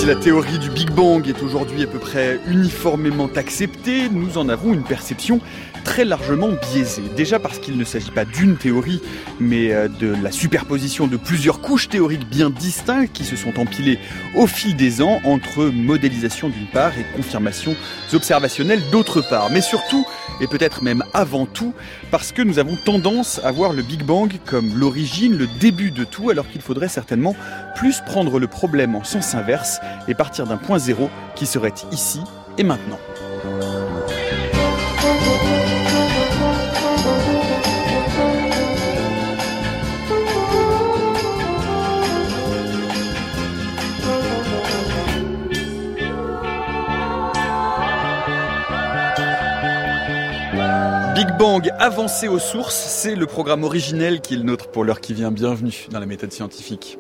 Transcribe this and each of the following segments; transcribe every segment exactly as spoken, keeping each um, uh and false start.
Si la théorie du Big Bang est aujourd'hui à peu près uniformément acceptée, nous en avons une perception très largement biaisée. Déjà parce qu'il ne s'agit pas d'une théorie, mais de la superposition de plusieurs couches théoriques bien distinctes qui se sont empilées au fil des ans entre modélisation d'une part et confirmations observationnelles d'autre part. Mais surtout, et peut-être même avant tout, parce que nous avons tendance à voir le Big Bang comme l'origine, le début de tout, alors qu'il faudrait certainement plus prendre le problème en sens inverse et partir d'un point zéro qui serait ici et maintenant. Big Bang avancé aux sources, c'est le programme originel qui est le nôtre pour l'heure qui vient. Bienvenue dans la méthode scientifique.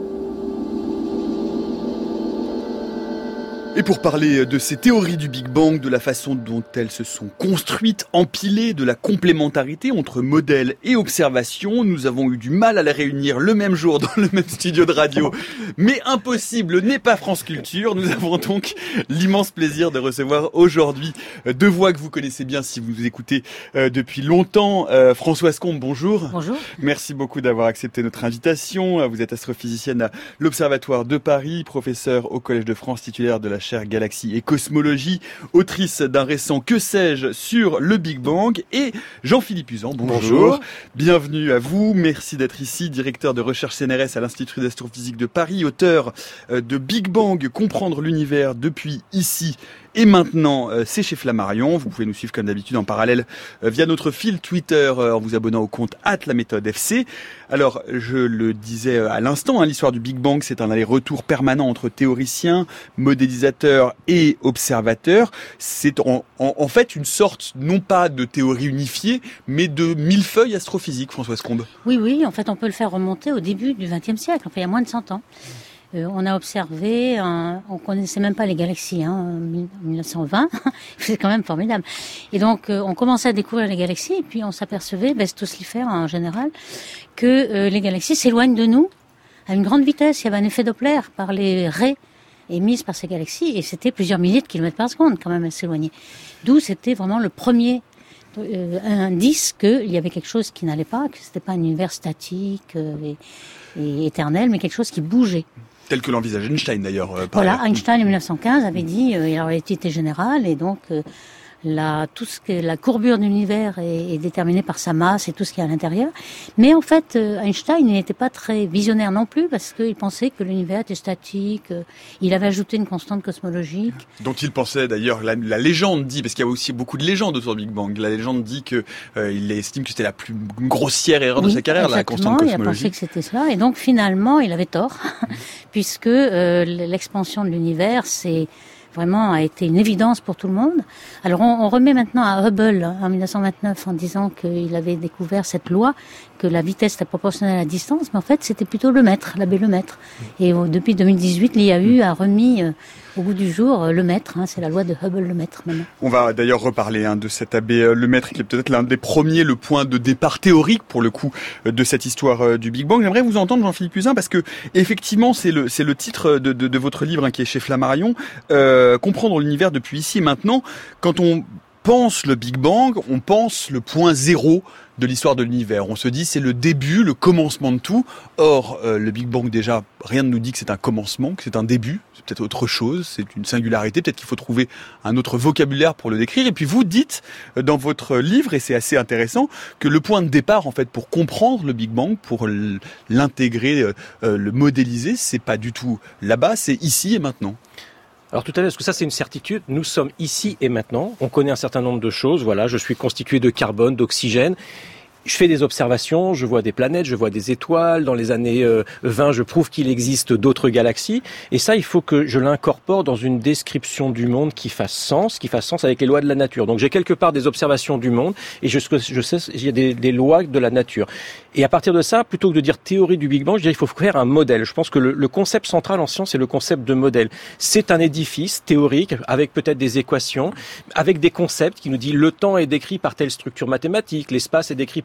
Et pour parler de ces théories du Big Bang, de la façon dont elles se sont construites, empilées, de la complémentarité entre modèles et observations, nous avons eu du mal à les réunir le même jour dans le même studio de radio. Mais impossible n'est pas France Culture. Nous avons donc l'immense plaisir de recevoir aujourd'hui deux voix que vous connaissez bien si vous nous écoutez depuis longtemps. Euh, Françoise Combe, bonjour. Bonjour. Merci beaucoup d'avoir accepté notre invitation. Vous êtes astrophysicienne à l'Observatoire de Paris, professeure au Collège de France, titulaire de la chaire Galaxie et Cosmologie, autrice d'un récent Que sais-je sur le Big Bang, et Jean-Philippe Uzan, bonjour. bonjour. Bienvenue à vous, merci d'être ici, directeur de recherche C N R S à l'Institut d'astrophysique de Paris, auteur de Big Bang, comprendre l'univers depuis ici et maintenant, c'est chez Flammarion. Vous pouvez nous suivre comme d'habitude en parallèle via notre fil Twitter en vous abonnant au compte arobase la méthode F C. Alors, je le disais à l'instant, hein, l'histoire du Big Bang, c'est un aller-retour permanent entre théoriciens, modélisateurs et observateurs. C'est en, en, en fait une sorte, non pas de théorie unifiée, mais de millefeuille astrophysique, Françoise Combe. Oui, oui, en fait, on peut le faire remonter au début du vingtième siècle, enfin, il y a moins de cent ans. Euh, on a observé, un, on connaissait même pas les galaxies, hein, en mille neuf cent vingt, c'est quand même formidable. Et donc, euh, on commençait à découvrir les galaxies, et puis on s'apercevait, ben, c'est tous l'y faire en général, que euh, les galaxies s'éloignent de nous à une grande vitesse. Il y avait un effet Doppler par les raies émises par ces galaxies, et c'était plusieurs milliers de kilomètres par seconde, quand même, à s'éloigner. D'où c'était vraiment le premier euh, indice qu'il y avait quelque chose qui n'allait pas, que c'était pas un univers statique euh, et, et éternel, mais quelque chose qui bougeait. Tel que l'envisage Einstein d'ailleurs. Euh, voilà, Einstein en mille neuf cent quinze avait dit, euh, la relativité générale, et donc euh, la, tout ce que, la courbure de l'univers est, est déterminée par sa masse et tout ce qu'il y a à l'intérieur. Mais en fait, euh, Einstein il n'était pas très visionnaire non plus, parce qu'il pensait que l'univers était statique. Euh, il avait ajouté une constante cosmologique. Dont il pensait d'ailleurs, la, la légende dit, parce qu'il y a aussi beaucoup de légendes autour du Big Bang, la légende dit que euh, il estime que c'était la plus grossière erreur oui, de sa carrière, la constante cosmologique. Il a pensé que c'était cela, et donc finalement, il avait tort, puisque euh, l'expansion de l'univers, c'est vraiment a été une évidence pour tout le monde. Alors on, on remet maintenant à Hubble en mille neuf cent vingt-neuf en disant qu'il avait découvert cette loi, que la vitesse était proportionnelle à la distance, mais en fait c'était plutôt le mètre, l'abbé Lemaitre. Et euh, depuis deux mille dix-huit, l'I A U a remis euh, au bout du jour euh, le mètre, hein, c'est la loi de Hubble-Lemaitre maintenant. On va d'ailleurs reparler hein, de cet abbé euh, Lemaitre qui est peut-être l'un des premiers, le point de départ théorique pour le coup euh, de cette histoire euh, du Big Bang. J'aimerais vous entendre, Jean-Philippe Uzan, parce que effectivement c'est le c'est le titre de, de, de votre livre hein, qui est chez Flammarion, euh, comprendre l'univers depuis ici et maintenant. Quand on pense le Big Bang, on pense le point zéro de l'histoire de l'univers. On se dit c'est le début, le commencement de tout. Or, euh, le Big Bang déjà, rien ne nous dit que c'est un commencement, que c'est un début. C'est peut-être autre chose, c'est une singularité. Peut-être qu'il faut trouver un autre vocabulaire pour le décrire. Et puis vous dites euh, dans votre livre, et c'est assez intéressant, que le point de départ en fait pour comprendre le Big Bang, pour l'intégrer, euh, le modéliser, c'est pas du tout là-bas, c'est ici et maintenant. Alors tout à l'heure, parce que ça c'est une certitude, nous sommes ici et maintenant, on connaît un certain nombre de choses, voilà, je suis constitué de carbone, d'oxygène, je fais des observations, je vois des planètes, je vois des étoiles. Dans les années vingt, je prouve qu'il existe d'autres galaxies. Et ça, il faut que je l'incorpore dans une description du monde qui fasse sens, qui fasse sens avec les lois de la nature. Donc j'ai quelque part des observations du monde et je, je sais il y a des, des lois de la nature. Et à partir de ça, plutôt que de dire théorie du Big Bang, je dirais qu'il faut faire un modèle. Je pense que le, le concept central en science, c'est le concept de modèle. C'est un édifice théorique avec peut-être des équations, avec des concepts qui nous disent le temps est décrit par telle structure mathématique, l'espace est décrit par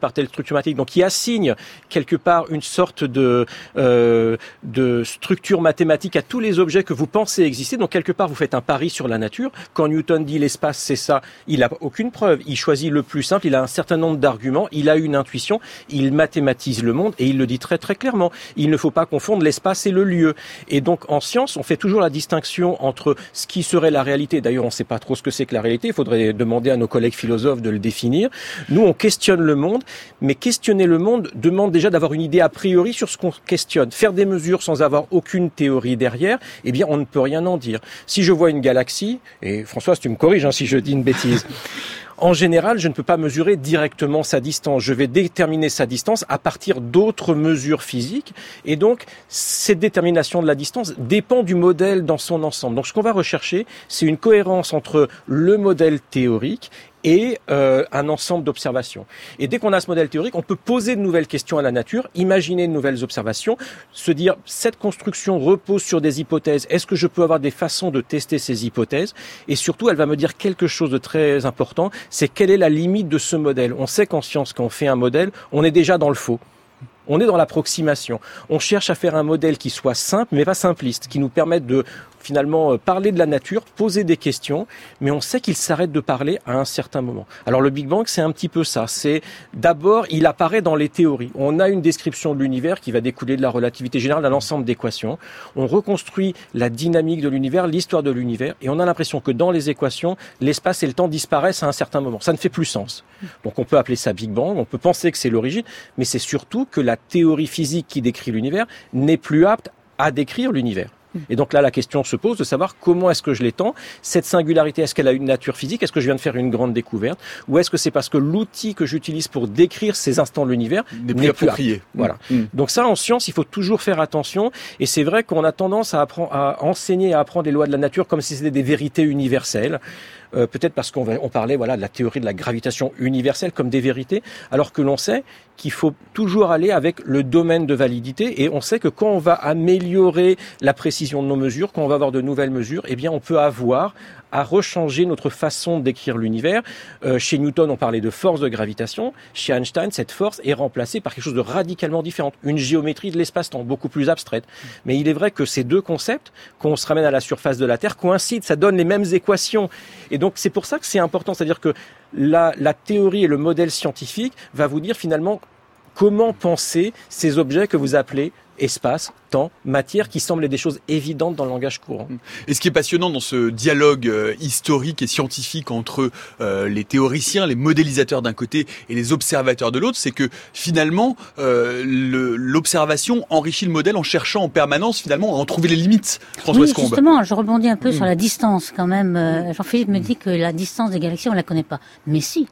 par telle structure mathématique, donc qui assigne quelque part une sorte de euh, de structure mathématique à tous les objets que vous pensez exister. Donc quelque part, vous faites un pari sur la nature. Quand Newton dit l'espace, c'est ça, il n'a aucune preuve. Il choisit le plus simple, il a un certain nombre d'arguments, il a une intuition, il mathématise le monde et il le dit très très clairement. Il ne faut pas confondre l'espace et le lieu. Et donc en science, on fait toujours la distinction entre ce qui serait la réalité. D'ailleurs, on ne sait pas trop ce que c'est que la réalité. Il faudrait demander à nos collègues philosophes de le définir. Nous, on questionne le monde, mais questionner le monde demande déjà d'avoir une idée a priori sur ce qu'on questionne. Faire des mesures sans avoir aucune théorie derrière, eh bien, on ne peut rien en dire. Si je vois une galaxie, et Françoise, tu me corriges hein, si je dis une bêtise, en général, je ne peux pas mesurer directement sa distance. Je vais déterminer sa distance à partir d'autres mesures physiques. Et donc, cette détermination de la distance dépend du modèle dans son ensemble. Donc, ce qu'on va rechercher, c'est une cohérence entre le modèle théorique et euh, un ensemble d'observations. Et dès qu'on a ce modèle théorique, on peut poser de nouvelles questions à la nature, imaginer de nouvelles observations, se dire, cette construction repose sur des hypothèses. Est-ce que je peux avoir des façons de tester ces hypothèses? Et surtout, elle va me dire quelque chose de très important, c'est quelle est la limite de ce modèle. On sait qu'en science, quand on fait un modèle, on est déjà dans le faux. On est dans l'approximation. On cherche à faire un modèle qui soit simple, mais pas simpliste, qui nous permette de finalement parler de la nature, poser des questions, mais on sait qu'il s'arrête de parler à un certain moment. Alors le Big Bang, c'est un petit peu ça. C'est d'abord, il apparaît dans les théories. On a une description de l'univers qui va découler de la relativité générale, d'un ensemble d'équations. On reconstruit la dynamique de l'univers, l'histoire de l'univers, et on a l'impression que dans les équations, l'espace et le temps disparaissent à un certain moment. Ça ne fait plus sens. Donc on peut appeler ça Big Bang, on peut penser que c'est l'origine, mais c'est surtout que la théorie physique qui décrit l'univers n'est plus apte à décrire l'univers. Et donc là, la question se pose de savoir comment est-ce que je l'étends. Cette singularité, est-ce qu'elle a une nature physique? Est-ce que je viens de faire une grande découverte? Ou est-ce que c'est parce que l'outil que j'utilise pour décrire ces instants de l'univers n'est plus approprié? Voilà. Mmh. Donc ça, en science, il faut toujours faire attention. Et c'est vrai qu'on a tendance à, apprendre, à enseigner, à apprendre les lois de la nature comme si c'était des vérités universelles. Euh, peut-être parce qu'on va, on parlait voilà de la théorie de la gravitation universelle comme des vérités, alors que l'on sait qu'il faut toujours aller avec le domaine de validité, et on sait que quand on va améliorer la précision de nos mesures, quand on va avoir de nouvelles mesures, eh bien on peut avoir à rechanger notre façon de décrire l'univers. Euh, chez Newton, on parlait de force de gravitation. Chez Einstein, cette force est remplacée par quelque chose de radicalement différent, une géométrie de l'espace-temps beaucoup plus abstraite. Mais il est vrai que ces deux concepts, quand on se ramène à la surface de la Terre, coïncident, ça donne les mêmes équations. Et donc c'est pour ça que c'est important, c'est-à-dire que la, la théorie et le modèle scientifique va vous dire finalement comment penser ces objets que vous appelez espace, temps, matière, qui semblent des choses évidentes dans le langage courant. Et ce qui est passionnant dans ce dialogue euh, historique et scientifique entre euh, les théoriciens, les modélisateurs d'un côté et les observateurs de l'autre, c'est que finalement euh, le, l'observation enrichit le modèle en cherchant en permanence finalement à en trouver les limites. Françoise Oui, Combe. justement, je rebondis un peu mmh. sur la distance quand même. Mmh. Jean-Philippe me dit que la distance des galaxies, on la connaît pas. Mais si.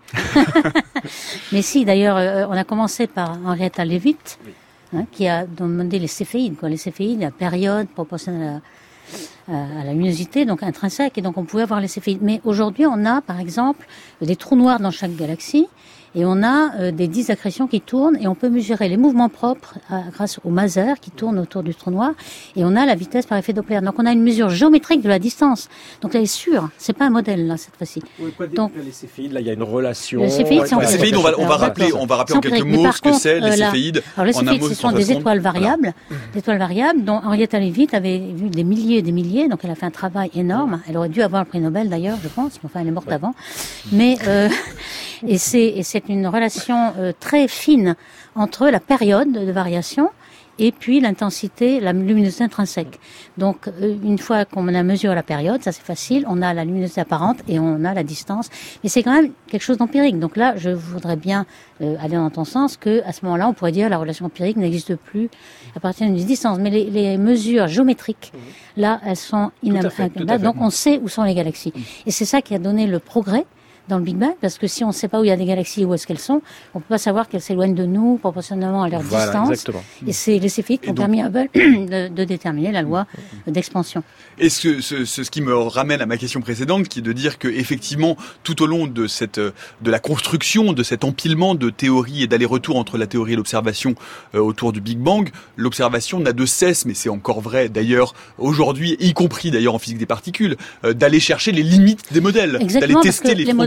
Mais si, d'ailleurs, euh, on a commencé par Henrietta Leavitt, oui. Hein, qui a demandé les céphéides, quoi, les céphéides, la période proportionnelle à la, à la luminosité, donc intrinsèque, et donc on pouvait avoir les céphéides. Mais aujourd'hui, on a, par exemple, des trous noirs dans chaque galaxie, et on a euh, des disques d'accrétion qui tournent, et on peut mesurer les mouvements propres à, grâce au maser qui tourne autour du trou noir, et on a la vitesse par effet Doppler. Donc on a une mesure géométrique de la distance. Donc là, elle est sûre, c'est pas un modèle là cette fois-ci. Oui, quoi dire, donc les céphéides, là, il y a une relation. Les céphéides, ouais, les céphéides, on va, on va rappeler, on va rappeler en quelques mots ce que contre, c'est les euh, céphéides. Alors les céphéides, ce sont des étoiles variables, voilà. des étoiles variables dont Henrietta Leavitt avait vu des milliers et des milliers. Donc elle a fait un travail énorme. Elle aurait dû avoir le prix Nobel d'ailleurs, je pense. Enfin, elle est morte ouais. avant. Mais euh, et c'est et c'est une relation Euh, très fine entre la période de variation et puis l'intensité, la luminosité intrinsèque. Donc, euh, une fois qu'on a mesuré la période, ça c'est facile, on a la luminosité apparente et on a la distance. Mais c'est quand même quelque chose d'empirique. Donc là, je voudrais bien euh, aller dans ton sens que, à ce moment-là, on pourrait dire la relation empirique n'existe plus à partir d'une distance. Mais les, les mesures géométriques, là, elles sont inaboutissables. Donc, on sait où sont les galaxies. Et c'est ça qui a donné le progrès dans le Big Bang, parce que si on ne sait pas où il y a des galaxies, où est-ce qu'elles sont, on ne peut pas savoir qu'elles s'éloignent de nous proportionnellement à leur voilà, distance. Exactement. Et c'est les céphéides qui ont permis à Hubble de, de déterminer la loi d'expansion. Et ce, ce, ce, ce qui me ramène à ma question précédente, qui est de dire que effectivement, tout au long de cette, de la construction, de cet empilement de théories et d'aller-retour entre la théorie et l'observation euh, autour du Big Bang, l'observation n'a de cesse, mais c'est encore vrai d'ailleurs aujourd'hui, y compris d'ailleurs en physique des particules, euh, d'aller chercher les limites des modèles, exactement, d'aller tester les frontières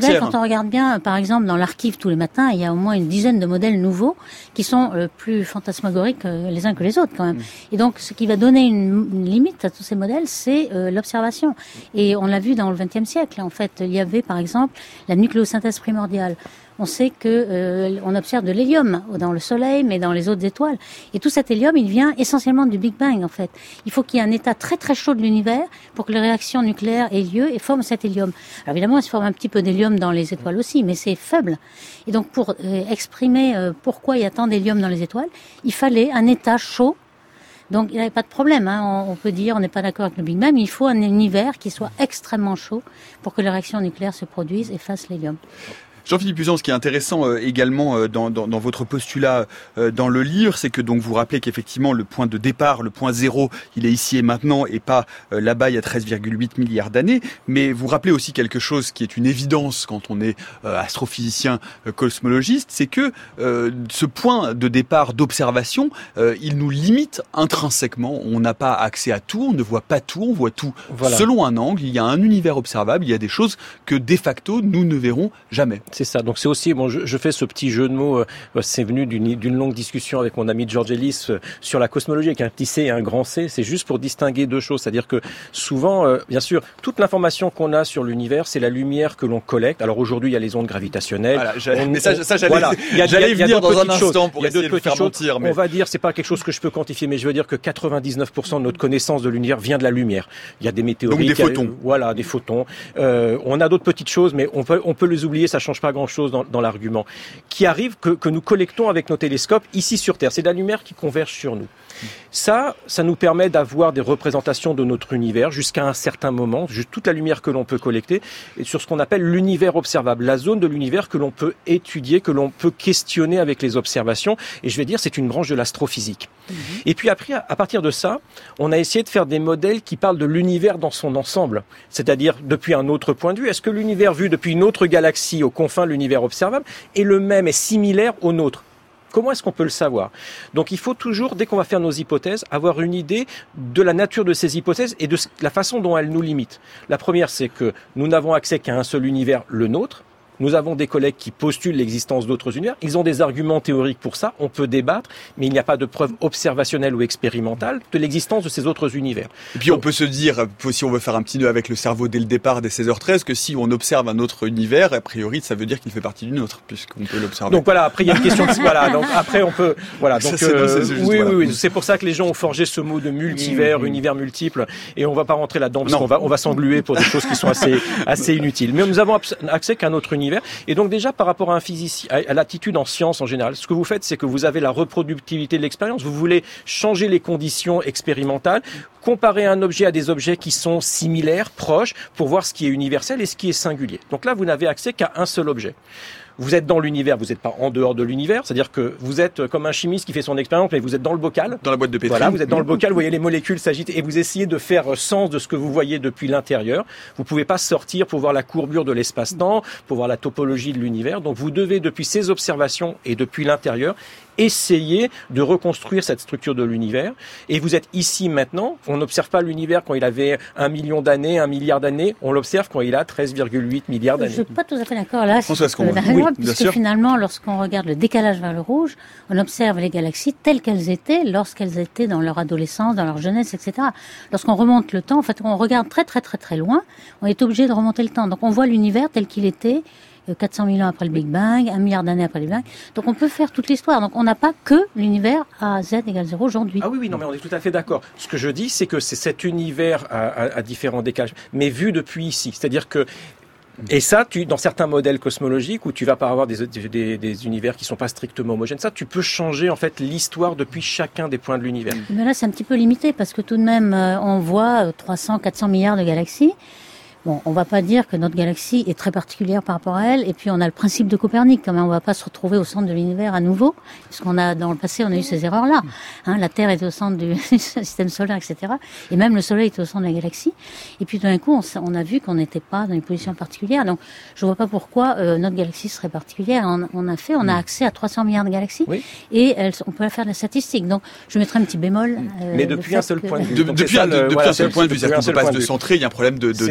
modèles, quand on regarde bien, par exemple, dans l'archive tous les matins, il y a au moins une dizaine de modèles nouveaux qui sont euh, plus fantasmagoriques euh, les uns que les autres, quand même. Mmh. Et donc, ce qui va donner une, une limite à tous ces modèles, c'est euh, l'observation. Et on l'a vu dans le vingtième siècle. En fait, il y avait, par exemple, la nucléosynthèse primordiale. On sait que euh, on observe de l'hélium dans le Soleil, mais dans les autres étoiles. Et tout cet hélium, il vient essentiellement du Big Bang, en fait. Il faut qu'il y ait un état très très chaud de l'univers pour que les réactions nucléaires aient lieu et forment cet hélium. Alors évidemment, il se forme un petit peu d'hélium dans les étoiles aussi, mais c'est faible. Et donc, pour euh, exprimer euh, pourquoi il y a tant d'hélium dans les étoiles, il fallait un état chaud. Donc, il n'y avait pas de problème. Hein. On, on peut dire, on n'est pas d'accord avec le Big Bang, mais il faut un univers qui soit extrêmement chaud pour que les réactions nucléaires se produisent et fassent l'hélium. Jean-Philippe Uzan, ce qui est intéressant euh, également euh, dans, dans, dans votre postulat euh, dans le livre, c'est que donc vous rappelez qu'effectivement le point de départ, le point zéro, il est ici et maintenant et pas euh, là-bas il y a treize virgule huit milliards d'années. Mais vous rappelez aussi quelque chose qui est une évidence quand on est euh, astrophysicien, euh, cosmologiste, c'est que euh, ce point de départ d'observation, euh, il nous limite intrinsèquement. On n'a pas accès à tout, on ne voit pas tout, on voit tout voilà. Selon un angle. Il y a un univers observable, il y a des choses que de facto nous ne verrons jamais. C'est ça. Donc c'est aussi, bon, je, je fais ce petit jeu de mots. Euh, c'est venu d'une, d'une longue discussion avec mon ami George Ellis euh, sur la cosmologie avec un petit C et un grand C. C'est juste pour distinguer deux choses, c'est-à-dire que souvent, euh, bien sûr, toute l'information qu'on a sur l'univers, c'est la lumière que l'on collecte. Alors aujourd'hui, il y a les ondes gravitationnelles. Voilà, on, mais ça, ça j'allais, voilà. il y a, j'allais il y a, venir dans un instant pour essayer de le faire mentir. Mais... On va dire, c'est pas quelque chose que je peux quantifier, mais je veux dire que quatre-vingt-dix-neuf pour cent de notre connaissance de l'univers vient de la lumière. Il y a des météorites, donc des photons. A, voilà, des photons. Euh, on a d'autres petites choses, mais on peut, on peut les oublier. Ça change pas grand-chose dans, dans l'argument. Qui arrive que, que nous collectons avec nos télescopes ici sur Terre. C'est de la lumière qui converge sur nous. Ça, ça nous permet d'avoir des représentations de notre univers jusqu'à un certain moment, juste toute la lumière que l'on peut collecter, et sur ce qu'on appelle l'univers observable, la zone de l'univers que l'on peut étudier, que l'on peut questionner avec les observations. Et je vais dire, c'est une branche de l'astrophysique. Mmh. Et puis après, à partir de ça, on a essayé de faire des modèles qui parlent de l'univers dans son ensemble, c'est-à-dire depuis un autre point de vue. Est-ce que l'univers vu depuis une autre galaxie aux confins de l'univers observable est le même, est similaire au nôtre ? Comment est-ce qu'on peut le savoir? Donc il faut toujours, dès qu'on va faire nos hypothèses, avoir une idée de la nature de ces hypothèses et de la façon dont elles nous limitent. La première, c'est que nous n'avons accès qu'à un seul univers, le nôtre. Nous avons des collègues qui postulent l'existence d'autres univers. Ils ont des arguments théoriques pour ça. On peut débattre, mais il n'y a pas de preuve observationnelle ou expérimentale de l'existence de ces autres univers. Et puis on peut se dire, si on veut faire un petit nœud avec le cerveau dès le départ des seize heures treize, que si on observe un autre univers, a priori, ça veut dire qu'il fait partie du nôtre, puisqu'on peut l'observer. Donc voilà, après il y a une question de... voilà, donc après on peut... Voilà, donc ça, euh, c'est, c'est juste, oui, voilà. oui, oui, c'est pour ça que les gens ont forgé ce mot de multivers, mmh. univers multiple, et on va pas rentrer là-dedans, parce non. qu'on va, on va s'engluer pour des choses qui sont assez, assez inutiles. Mais nous avons accès qu'à un autre univers, et donc déjà par rapport à un physicien, à l'attitude en science en général, ce que vous faites, c'est que vous avez la reproductibilité de l'expérience. Vous voulez changer les conditions expérimentales, comparer un objet à des objets qui sont similaires, proches, pour voir ce qui est universel et ce qui est singulier. Donc là, vous n'avez accès qu'à un seul objet. Vous êtes dans l'univers, vous n'êtes pas en dehors de l'univers, c'est-à-dire que vous êtes comme un chimiste qui fait son expérience, mais vous êtes dans le bocal. Dans la boîte de pétri. Voilà, vous êtes dans le bocal, vous voyez les molécules s'agiter et vous essayez de faire sens de ce que vous voyez depuis l'intérieur. Vous pouvez pas sortir pour voir la courbure de l'espace-temps, pour voir la topologie de l'univers. Donc vous devez, depuis ces observations et depuis l'intérieur, essayer de reconstruire cette structure de l'univers. Et vous êtes ici maintenant. On n'observe pas l'univers quand il avait un million d'années, un milliard d'années. On l'observe quand il a treize virgule huit milliards d'années. Je suis pas tout à fait d'accord là. François Scombes. Oui, puisque sûr. Finalement, lorsqu'on regarde le décalage vers le rouge, on observe les galaxies telles qu'elles étaient lorsqu'elles étaient dans leur adolescence, dans leur jeunesse, et cetera. Lorsqu'on remonte le temps, en fait, on regarde très très très très loin. On est obligé de remonter le temps. Donc on voit l'univers tel qu'il était quatre cent mille ans après le Big Bang, un milliard d'années après le Big Bang. Donc on peut faire toute l'histoire. Donc on n'a pas que l'univers à z égale zéro aujourd'hui. Ah oui, oui, non, mais on est tout à fait d'accord. Ce que je dis, c'est que c'est cet univers à, à, à différents décalages, mais vu depuis ici. C'est-à-dire que et ça, tu, dans certains modèles cosmologiques où tu vas pas avoir des, des, des univers qui sont pas strictement homogènes, ça, tu peux changer en fait l'histoire depuis chacun des points de l'univers. Mais là, c'est un petit peu limité parce que tout de même, on voit trois cents, quatre cents milliards de galaxies. Bon, on va pas dire que notre galaxie est très particulière par rapport à elle, et puis on a le principe de Copernic, quand même, on va pas se retrouver au centre de l'univers à nouveau, parce qu'on a, dans le passé, on a eu ces erreurs-là. Hein, la Terre était au centre du système solaire, et cetera. Et même le Soleil était au centre de la galaxie. Et puis d'un coup, on, on a vu qu'on n'était pas dans une position particulière. Donc, je vois pas pourquoi euh, notre galaxie serait particulière. On, on a fait, on a accès à trois cents milliards de galaxies, oui. Et elles, on peut faire de la statistique. Donc, je mettrai un petit bémol. Euh, Mais depuis un seul que... point de vue. De, depuis un, de, depuis voilà, un seul point de vue, c'est-à-dire qu'on ne peut pas se centrer. Il y a un problème de, de, de subjectivité.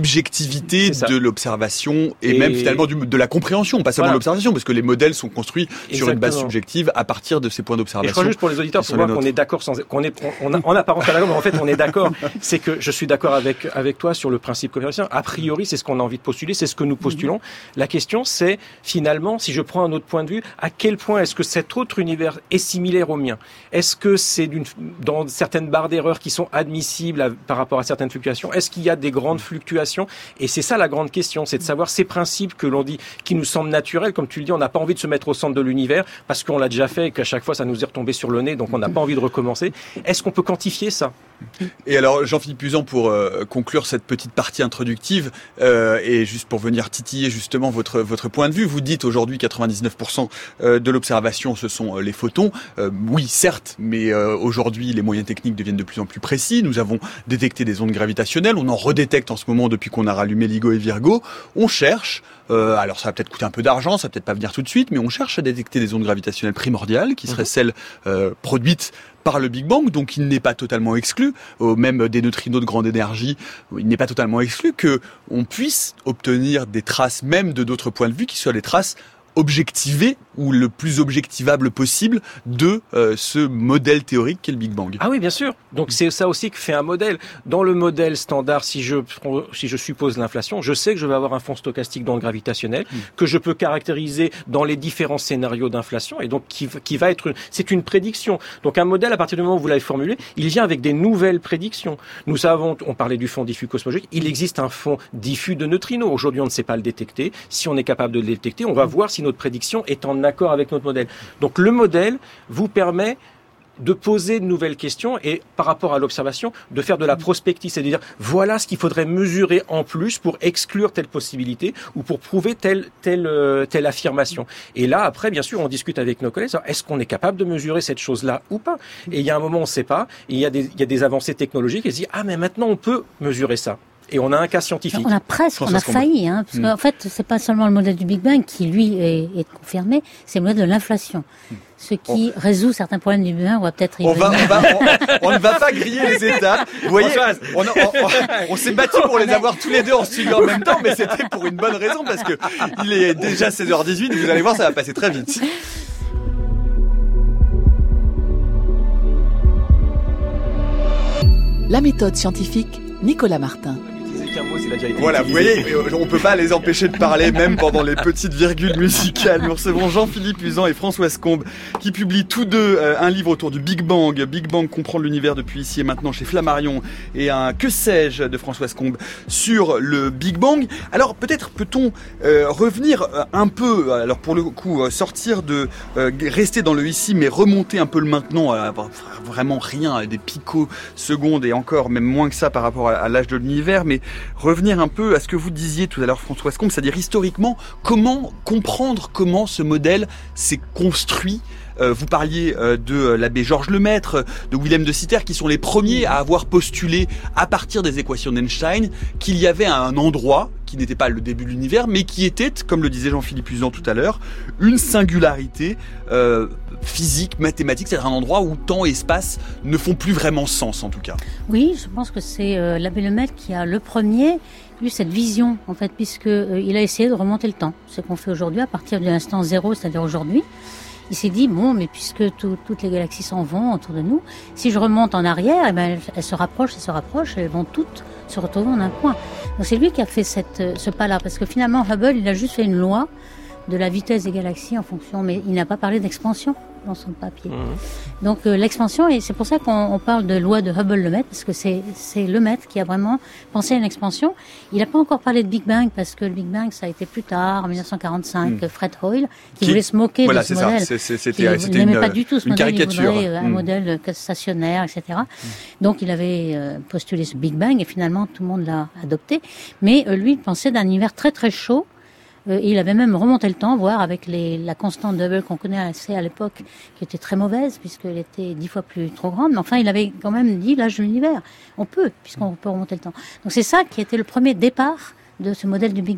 l'objectivité de l'observation et, et même finalement du, de la compréhension, pas seulement voilà. l'observation, parce que les modèles sont construits Exactement. sur une base subjective à partir de ces points d'observation. Et je crois juste pour les auditeurs pour voir qu'on est d'accord sans qu'on est on a, en apparence pas d'accord, mais en fait on est d'accord. C'est que je suis d'accord avec avec toi sur le principe coopératif. A priori, c'est ce qu'on a envie de postuler, c'est ce que nous postulons. La question, c'est finalement, si je prends un autre point de vue, à quel point est-ce que cet autre univers est similaire au mien? Est-ce que c'est d'une dans certaines barres d'erreur qui sont admissibles à, par rapport à certaines fluctuations? Est-ce qu'il y a des grandes fluctuations? Et c'est ça la grande question, c'est de savoir ces principes que l'on dit, qui nous semblent naturels, comme tu le dis, on n'a pas envie de se mettre au centre de l'univers parce qu'on l'a déjà fait et qu'à chaque fois ça nous est retombé sur le nez, donc on n'a pas envie de recommencer. Est-ce qu'on peut quantifier ça? Et alors, Jean-Philippe Uzan, pour euh, conclure cette petite partie introductive, euh, et juste pour venir titiller justement votre votre point de vue, vous dites aujourd'hui quatre-vingt-dix-neuf pour cent de l'observation, ce sont les photons. Euh, oui, certes, mais euh, aujourd'hui, les moyens techniques deviennent de plus en plus précis. Nous avons détecté des ondes gravitationnelles, on en redétecte en ce moment depuis qu'on a rallumé LIGO et Virgo. On cherche, euh, alors ça va peut-être coûter un peu d'argent, ça va peut-être pas venir tout de suite, mais on cherche à détecter des ondes gravitationnelles primordiales, qui seraient celles euh, produites par le Big Bang, donc il n'est pas totalement exclu, euh, même des neutrinos de grande énergie, il n'est pas totalement exclu que on puisse obtenir des traces, même de d'autres points de vue, qui soient des traces objectivé ou le plus objectivable possible de euh, ce modèle théorique qu'est le Big Bang. Ah oui, bien sûr. Donc c'est ça aussi que fait un modèle. Dans le modèle standard, si je si je suppose l'inflation, je sais que je vais avoir un fond stochastique dans le gravitationnel mmh. que je peux caractériser dans les différents scénarios d'inflation et donc qui qui va être une, c'est une prédiction. Donc un modèle, à partir du moment où vous l'avez formulé, il vient avec des nouvelles prédictions. Nous savons, on parlait du fond diffus cosmologique, il existe un fond diffus de neutrinos. Aujourd'hui, on ne sait pas le détecter. Si on est capable de le détecter, on va voir si notre prédiction est en accord avec notre modèle. Donc le modèle vous permet de poser de nouvelles questions et par rapport à l'observation, de faire de la prospective, c'est-à-dire voilà ce qu'il faudrait mesurer en plus pour exclure telle possibilité ou pour prouver telle telle euh, telle affirmation. Et là, après, bien sûr, on discute avec nos collègues, est-ce qu'on est capable de mesurer cette chose-là ou pas? Et il y a un moment, on ne sait pas, et il y a des il y a des avancées technologiques et on se dit ah mais maintenant on peut mesurer ça. Et on a un cas scientifique. On a presque, on a failli, hein, parce mmh. qu'en fait, c'est pas seulement le modèle du Big Bang qui, lui, est, est confirmé, c'est le modèle de l'inflation. Mmh. Ce qui oh. résout certains problèmes du Big Bang, on va peut-être y on, va, on, va, on, on ne va pas griller les étapes. Vous voyez, on, on, on, on s'est battu pour les avoir tous les deux en studio en même temps, mais c'était pour une bonne raison, parce que il est déjà seize heures dix-huit, vous allez voir, ça va passer très vite. La méthode scientifique, Nicolas Martin. Voilà, vous voyez, on peut pas les empêcher de parler, même pendant les petites virgules musicales. Nous recevons Jean-Philippe Uzan et Françoise Combe, qui publient tous deux euh, un livre autour du Big Bang. Big Bang, comprendre l'univers depuis ici et maintenant chez Flammarion, et un Que sais-je de Françoise Combe sur le Big Bang. Alors peut-être peut-on euh, revenir un peu, alors pour le coup, euh, sortir de, euh, rester dans le ici, mais remonter un peu le maintenant, à vraiment rien, des picosecondes et encore même moins que ça par rapport à, à l'âge de l'univers, mais revenir un peu à ce que vous disiez tout à l'heure, Françoise Combe, c'est-à-dire historiquement, comment comprendre comment ce modèle s'est construit. Euh, vous parliez euh, de l'abbé Georges Lemaître, de Wilhelm de Sitter, qui sont les premiers à avoir postulé, à partir des équations d'Einstein, qu'il y avait un endroit qui n'était pas le début de l'univers, mais qui était, comme le disait Jean-Philippe Uzan tout à l'heure, une singularité euh, physique, mathématique, c'est-à-dire un endroit où temps et espace ne font plus vraiment sens, en tout cas. Oui, je pense que c'est euh, l'abbé Lemaître qui a le premier eu cette vision, en fait, puisque euh, il a essayé de remonter le temps. Ce qu'on fait aujourd'hui, à partir de l'instant zéro, c'est-à-dire aujourd'hui. Il s'est dit, bon, mais puisque tout, toutes les galaxies s'en vont autour de nous, si je remonte en arrière, eh ben, elles, elles se rapprochent, elles se rapprochent, elles vont toutes se retrouver en un point. Donc c'est lui qui a fait cette, ce pas-là, parce que finalement, Hubble, il a juste fait une loi de la vitesse des galaxies en fonction, mais il n'a pas parlé d'expansion dans son papier. Mmh. Donc euh, l'expansion, et c'est pour ça qu'on on parle de loi de Hubble-Lemaître, parce que c'est, c'est Lemaître qui a vraiment pensé à une expansion. Il n'a pas encore parlé de Big Bang, parce que le Big Bang, ça a été plus tard, en dix-neuf cent quarante-cinq, mmh. Fred Hoyle, qui, qui voulait se moquer voilà, de ce c'est modèle. Ça. C'est, c'est, c'était, il n'aimait pas du tout ce une modèle, caricature. Il voulait un mmh. modèle stationnaire, et cetera. Mmh. Donc il avait euh, postulé ce Big Bang, et finalement tout le monde l'a adopté. Mais euh, lui, il pensait d'un univers très très chaud. Euh, il avait même remonté le temps, voire avec les, la constante de Hubble qu'on connaît assez à l'époque, qui était très mauvaise, puisqu'elle était dix fois plus trop grande. Mais enfin, il avait quand même dit l'âge de l'univers. On peut, puisqu'on peut remonter le temps. Donc c'est ça qui était le premier départ de ce modèle du Big Bang.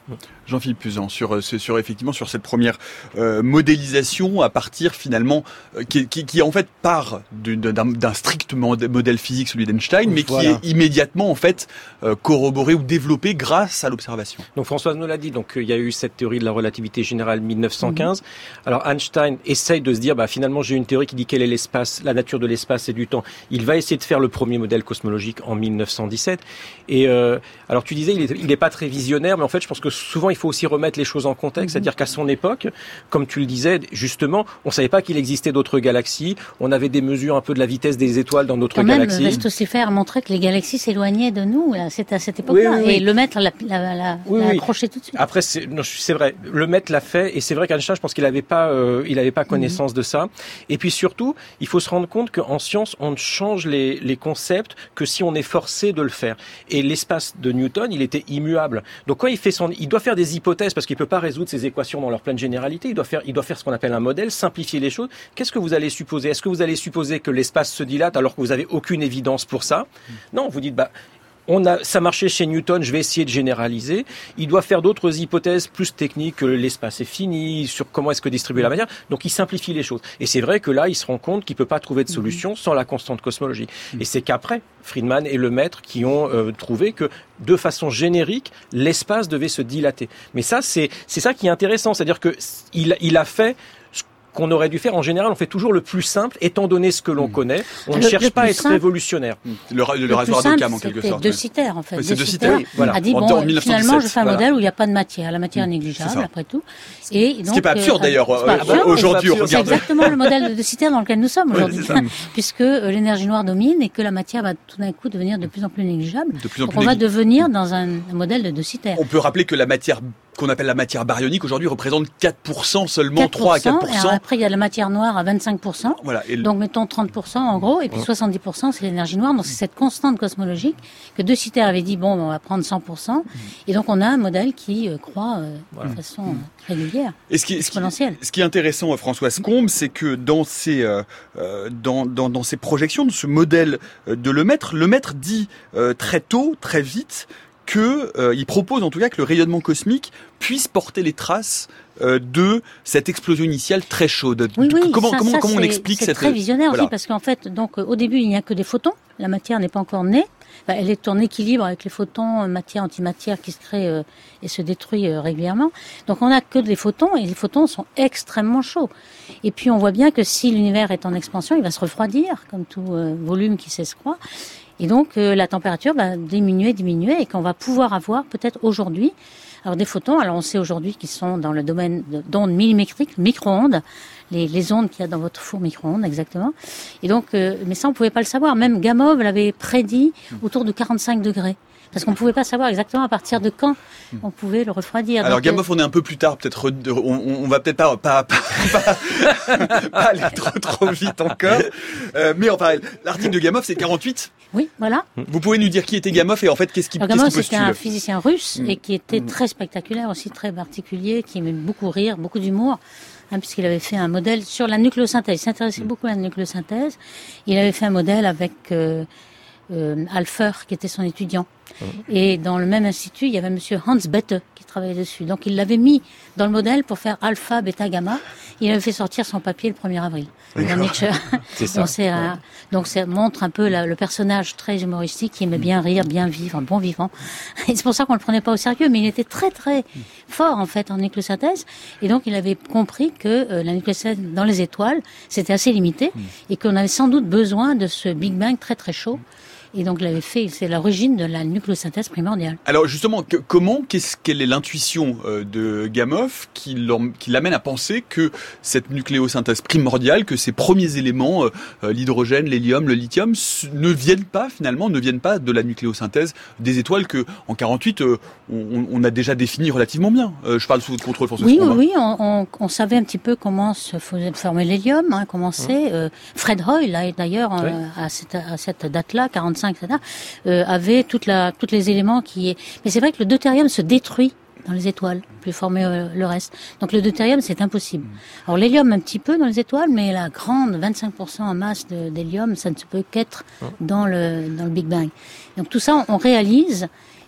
Jean-Philippe Puzan, sur, sur effectivement sur cette première euh, modélisation à partir finalement euh, qui, qui, qui en fait part d'un, d'un strict modèle physique, celui d'Einstein, mais voilà. qui est immédiatement en fait euh, corroboré ou développé grâce à l'observation. Donc Françoise nous l'a dit, donc il y a eu cette théorie de la relativité générale mille neuf cent quinze. Mmh. Alors Einstein essaye de se dire, bah finalement j'ai une théorie qui dit quel est l'espace, la nature de l'espace et du temps. Il va essayer de faire le premier modèle cosmologique en mille neuf cent dix-sept. Et euh, alors tu disais, il est, il est pas très visionnaire, mais en fait je pense que souvent il faut aussi remettre les choses en contexte, mmh. c'est-à-dire qu'à son époque, comme tu le disais, justement, on savait pas qu'il existait d'autres galaxies, on avait des mesures un peu de la vitesse des étoiles dans d'autres Quand galaxies. Même, Vestosifère montrait que les galaxies s'éloignaient de nous, là, c'était à cette époque-là, oui, oui, oui. et le maître l'a, l'a, l'a, oui, l'a accroché oui. tout de suite. Après, c'est, non, c'est vrai, le maître l'a fait, et c'est vrai qu'Einstein, je pense qu'il avait pas, euh, il avait pas connaissance mmh. de ça. Et puis surtout, il faut se rendre compte qu'en science, on ne change les, les concepts que si on est forcé de le faire. Et l'espace de Newton, il était immuable. Donc quand il fait son, il doit faire des hypothèses parce qu'il peut pas résoudre ces équations dans leur pleine généralité. Il doit faire, il doit faire ce qu'on appelle un modèle, simplifier les choses. Qu'est-ce que vous allez supposer? Est-ce que vous allez supposer que l'espace se dilate alors que vous avez aucune évidence pour ça? Non, vous dites, bah, on a, ça marchait chez Newton, je vais essayer de généraliser. Il doit faire d'autres hypothèses plus techniques, que l'espace est fini, sur comment est-ce que distribuer la matière. Donc il simplifie les choses. Et c'est vrai que là, il se rend compte qu'il peut pas trouver de solution sans la constante cosmologie. Et c'est qu'après, Friedman et Lemaître qui ont euh, trouvé que, de façon générique, l'espace devait se dilater. Mais ça, c'est, c'est ça qui est intéressant. C'est-à-dire que il, il a fait qu'on aurait dû faire. En général, on fait toujours le plus simple, étant donné ce que l'on mmh. connaît. On le, ne cherche pas à être simple, révolutionnaire. Mmh. Le, le, le rasoir d'Occam, en quelque sorte. De Sitter, en fait. Oui, c'est de Sitter. Oui, voilà. A dit, bon, en finalement, je fais un voilà. modèle où il n'y a pas de matière. La matière est négligeable, après tout. Et donc, ce qui n'est pas absurde, euh, d'ailleurs, pas absurde, aujourd'hui. C'est, c'est exactement le modèle de Sitter dans lequel nous sommes aujourd'hui. Oui, puisque euh, l'énergie noire domine et que la matière va tout d'un coup devenir de plus en plus négligeable. De plus en plus donc, on va devenir dans un modèle de De Sitter. On peut rappeler que la matière qu'on appelle la matière baryonique aujourd'hui représente quatre pour cent seulement, quatre pour cent, trois à quatre pour cent. Et après, il y a la matière noire à vingt-cinq pour cent. Voilà, et donc, mettons trente pour cent en gros, et puis ouais. soixante-dix pour cent, c'est l'énergie noire. Donc, c'est cette constante cosmologique que De Sitter avait dit, bon, on va prendre cent pour cent. Et donc, on a un modèle qui euh, croît euh, voilà. de façon mmh. régulière, et ce qui, exponentielle. Ce qui, ce qui est intéressant, Françoise Combes, c'est que dans ces, euh, dans, dans, dans ces projections, de ce modèle de Lemaître, Lemaître dit euh, très tôt, très vite, que euh, il propose en tout cas que le rayonnement cosmique puisse porter les traces euh, de cette explosion initiale très chaude. Oui, oui, comment ça, comment, ça, comment on c'est, explique c'est cette... C'est très visionnaire voilà. aussi parce qu'en fait, donc au début il n'y a que des photons, la matière n'est pas encore née. Enfin, elle est en équilibre avec les photons, matière, antimatière qui se créent euh, et se détruit euh, régulièrement. Donc on n'a que des photons et les photons sont extrêmement chauds. Et puis on voit bien que si l'univers est en expansion, il va se refroidir comme tout euh, volume qui s'escroît. Et donc euh, la température va diminuer, diminuer, et qu'on va pouvoir avoir peut-être aujourd'hui, alors des photons, alors on sait aujourd'hui qu'ils sont dans le domaine de, d'ondes millimétriques, micro-ondes, les, les ondes qu'il y a dans votre four micro-ondes exactement. Et donc, euh, mais ça on pouvait pas le savoir. Même Gamow l'avait prédit autour de quarante-cinq degrés. Parce qu'on ne pouvait pas savoir exactement à partir de quand on pouvait le refroidir. Alors donc, Gamow, on est un peu plus tard, peut-être. On, on va peut-être pas pas, pas, pas, pas aller trop trop vite encore. Euh, mais enfin, l'article de Gamow, c'est quarante-huit. Oui, voilà. Vous pouvez nous dire qui était Gamow et en fait qu'est-ce qu'il postule? Gamow, c'était un physicien russe mmh. et qui était mmh. très spectaculaire, aussi très particulier, qui aimait beaucoup rire, beaucoup d'humour. Hein, puisqu'il avait fait un modèle sur la nucléosynthèse. Il s'intéressait mmh. beaucoup à la nucléosynthèse. Il avait fait un modèle avec euh, euh, Alpher, qui était son étudiant. Mmh. Et dans le même institut, il y avait monsieur Hans Bethe qui travaillait dessus. Donc il l'avait mis dans le modèle pour faire alpha, bêta, gamma. Il avait fait sortir son papier le premier avril. Dans Nature. C'est ça. Donc, c'est, ouais. euh, donc ça montre un peu la, le personnage très humoristique qui aimait bien rire, bien vivre, bon vivant. Et c'est pour ça qu'on le prenait pas au sérieux, mais il était très très fort en fait en nucléosynthèse. Et donc il avait compris que euh, la nucléosynthèse dans les étoiles, c'était assez limité et qu'on avait sans doute besoin de ce Big Bang très très chaud. Et donc, il avait fait, c'est l'origine de la nucléosynthèse primordiale. Alors, justement, que, comment, qu'est-ce, quelle est l'intuition euh, de Gamow qui, qui l'amène à penser que cette nucléosynthèse primordiale, que ces premiers éléments, euh, l'hydrogène, l'hélium, le lithium, ne viennent pas, finalement, ne viennent pas de la nucléosynthèse des étoiles que, en quarante-huit, euh, on, on a déjà défini relativement bien. Euh, je parle sous votre contrôle, François. Oui, oui, oui, on, on, on savait un petit peu comment se faisait former l'hélium, hein, comment c'est. Euh, Fred Hoyle, là, d'ailleurs, oui. euh, à cette, à cette date-là, quarante-cinq, et cetera, euh, avait toute la, tous les éléments qui est. Mais c'est vrai que le deutérium se détruit dans les étoiles, plus former euh, le reste. Donc le deutérium, c'est impossible. Alors l'hélium un petit peu dans les étoiles, mais la grande vingt-cinq pour cent en masse de, d'hélium, ça ne se peut qu'être dans le dans le Big Bang. Donc tout ça, on, on réalise.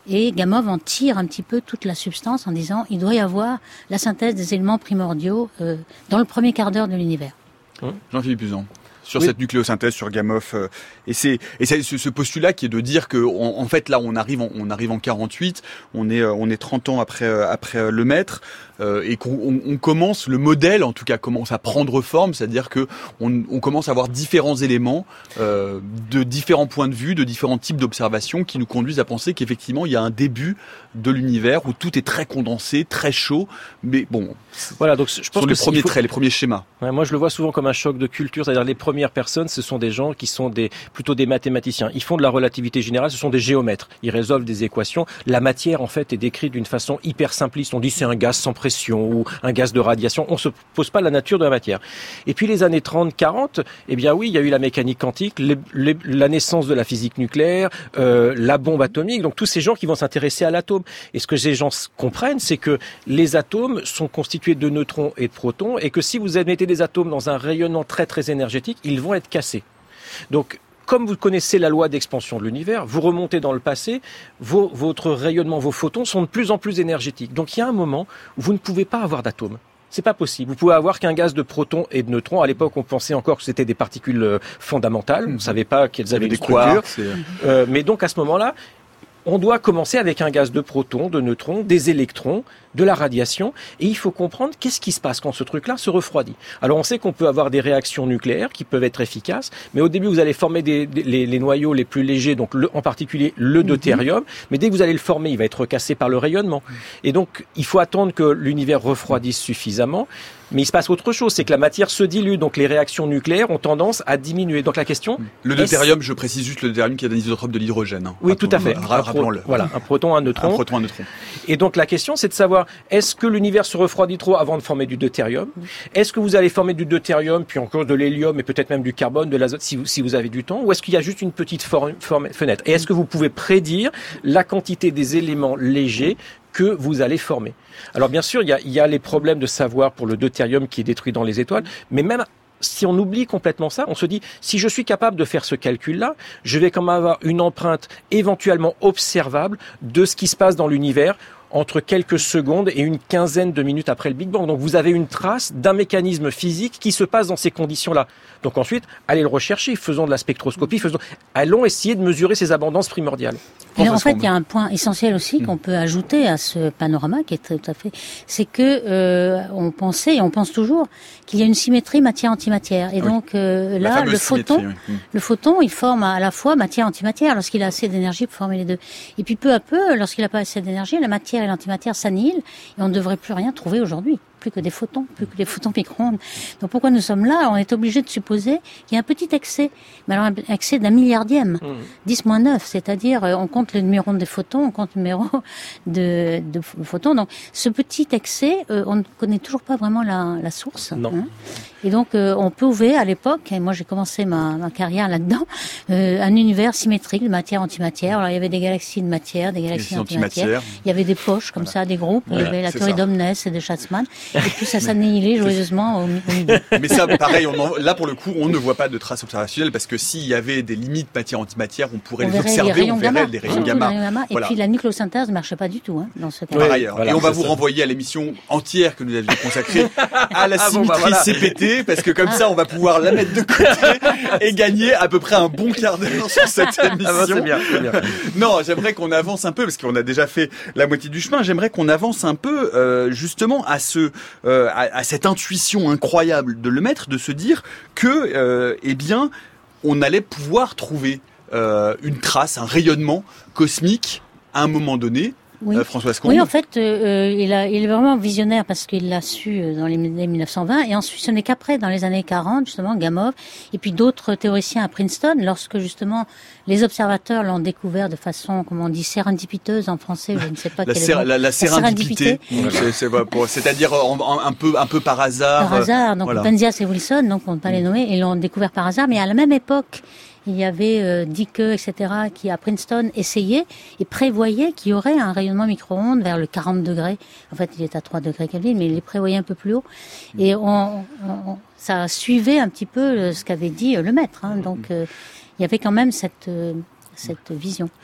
Et Gamow en tire un petit peu toute la substance en disant il doit y avoir la synthèse des éléments primordiaux euh, dans le premier quart d'heure de l'univers. Jean-Philippe Uzan. Sur Oui. cette nucléosynthèse, sur Gamow, euh, et c'est et c'est ce, ce postulat qui est de dire que en, en fait là on arrive en, on arrive en quarante-huit, on est euh, on est trente ans après euh, après euh, Lemaître, euh, et qu'on on, on commence le modèle en tout cas commence à prendre forme, c'est-à-dire que on, on commence à avoir différents éléments euh, de différents points de vue, de différents types d'observations qui nous conduisent à penser qu'effectivement il y a un début de l'univers où tout est très condensé, très chaud, mais bon. Voilà, donc je pense sur que les premiers faut... traits, les premiers schémas. Ouais, moi, je le vois souvent comme un choc de culture, c'est-à-dire les premières personnes, ce sont des gens qui sont des plutôt des mathématiciens. Ils font de la relativité générale, ce sont des géomètres. Ils résolvent des équations. La matière, en fait, est décrite d'une façon hyper simpliste. On dit c'est un gaz sans pression ou un gaz de radiation. On se pose pas la nature de la matière. Et puis les années trente quarante, eh bien oui, il y a eu la mécanique quantique, les, les, la naissance de la physique nucléaire, euh, la bombe atomique. Donc tous ces gens qui vont s'intéresser à l'atome. Et ce que ces gens comprennent, c'est que les atomes sont constitués de neutrons et de protons, et que si vous mettez des atomes dans un rayonnement très très énergétique, ils vont être cassés. Donc, comme vous connaissez la loi d'expansion de l'univers, vous remontez dans le passé, vos, votre rayonnement, vos photons sont de plus en plus énergétiques. Donc, il y a un moment où vous ne pouvez pas avoir d'atomes. C'est pas possible. Vous pouvez avoir qu'un gaz de protons et de neutrons. À l'époque, on pensait encore que c'était des particules fondamentales. On ne savait pas qu'elles avaient Des une structure. quarks, euh, mais donc, à ce moment-là, on doit commencer avec un gaz de protons, de neutrons, des électrons, de la radiation, et il faut comprendre qu'est-ce qui se passe quand ce truc-là se refroidit. Alors on sait qu'on peut avoir des réactions nucléaires qui peuvent être efficaces, mais au début vous allez former des, des, les, les noyaux les plus légers, donc le, en particulier le deutérium, mais dès que vous allez le former, il va être cassé par le rayonnement. Et donc il faut attendre que l'univers refroidisse suffisamment. Mais il se passe autre chose, c'est que la matière se dilue, donc les réactions nucléaires ont tendance à diminuer. Donc la question... Le deutérium, je précise juste le deutérium qui est un isotope de l'hydrogène. Hein. Oui, tout à fait. Ra- Rappelons-le. Voilà, un proton, un neutron. Un proton, un neutron. Et donc la question, c'est de savoir, est-ce que l'univers se refroidit trop avant de former du deutérium ? Est-ce que vous allez former du deutérium, puis encore de l'hélium, et peut-être même du carbone, de l'azote, si vous, si vous avez du temps ? Ou est-ce qu'il y a juste une petite for- for- fenêtre ? Et est-ce que vous pouvez prédire la quantité des éléments légers que vous allez former. Alors bien sûr, il y a, il y a les problèmes de savoir pour le deutérium qui est détruit dans les étoiles, mais même si on oublie complètement ça, on se dit, si je suis capable de faire ce calcul-là, je vais quand même avoir une empreinte éventuellement observable de ce qui se passe dans l'univers entre quelques secondes et une quinzaine de minutes après le Big Bang. Donc vous avez une trace d'un mécanisme physique qui se passe dans ces conditions-là. Donc ensuite, allez le rechercher, faisons de la spectroscopie, faisons... allons essayer de mesurer ces abondances primordiales. Et en fait, il y a un point essentiel aussi qu'on peut ajouter à ce panorama, qui est tout à fait, c'est que euh, on pensait et on pense toujours qu'il y a une symétrie matière-antimatière. Et oui. donc euh, là, le photon, oui. le photon, il forme à la fois matière-antimatière lorsqu'il a assez d'énergie pour former les deux. Et puis peu à peu, lorsqu'il n'a pas assez d'énergie, la matière et l'antimatière s'annihilent et on ne devrait plus rien trouver aujourd'hui. Plus que des photons, plus que des photons micro-ondes. Donc pourquoi nous sommes là ? On est obligé de supposer qu'il y a un petit excès, mais alors un excès d'un milliardième, mmh. dix moins neuf, c'est-à-dire on compte le numéro des photons, on compte le numéro de, de photons. Donc ce petit excès, euh, on ne connaît toujours pas vraiment la, la source. Non. Hein. Et donc euh, on pouvait à l'époque, et moi j'ai commencé ma, ma carrière là-dedans, euh, un univers symétrique de matière-antimatière. Alors il y avait des galaxies de matière, des galaxies d'antimatière. Il y avait des poches comme voilà. ça, des groupes. Voilà, il y avait la théorie d'Omnes et de Schatzmann. Et puis ça s'annihilait joyeusement au milieu. Mais ça, pareil, on en, là pour le coup, on ne voit pas de traces observationnelles parce que s'il y avait des limites matière-antimatière, on pourrait on les observer, les on verrait gamma. des rayons gamma. gamma. Et voilà. Puis la nucléosynthèse ne marchait pas du tout hein, dans ce cas. Par ailleurs. Voilà, et on va vous ça. renvoyer à l'émission entière que nous avions consacrée à la symétrie ah bon, bah voilà. C P T parce que comme ah. ça, on va pouvoir la mettre de côté et gagner à peu près un bon quart d'heure sur cette émission. Ah bon, c'est bien, c'est bien. Non, j'aimerais qu'on avance un peu parce qu'on a déjà fait la moitié du chemin. J'aimerais qu'on avance un peu euh, justement à ce euh, à, à cette intuition incroyable de Lemaître, de se dire que, euh, eh bien, on allait pouvoir trouver euh, une trace, un rayonnement cosmique à un moment donné. Oui. Euh, Françoise Combe. Oui, en fait, euh, il, a, il est vraiment visionnaire parce qu'il l'a su dans les années mille neuf cent vingt et ensuite ce n'est qu'après, dans les années quarante, justement, Gamow et puis d'autres théoriciens à Princeton, lorsque justement les observateurs l'ont découvert de façon, comment on dit, sérendipiteuse en français, je ne sais pas la quel sér- est le mot. La, la sérendipité, c'est, c'est, c'est-à-dire en, un peu, un peu par hasard. Par hasard, donc voilà. Penzias et Wilson, donc on ne peut pas les nommer, ils l'ont découvert par hasard, mais à la même époque. Il y avait euh, Dicke, et cetera, qui à Princeton essayait et prévoyait qu'il y aurait un rayonnement micro-ondes vers le quarante degrés. En fait, il est à trois degrés Kelvin, mais il les prévoyait un peu plus haut. Et on, on, ça suivait un petit peu ce qu'avait dit Lemaître. Hein. Donc, euh, il y avait quand même cette, euh, cette vision. Oui.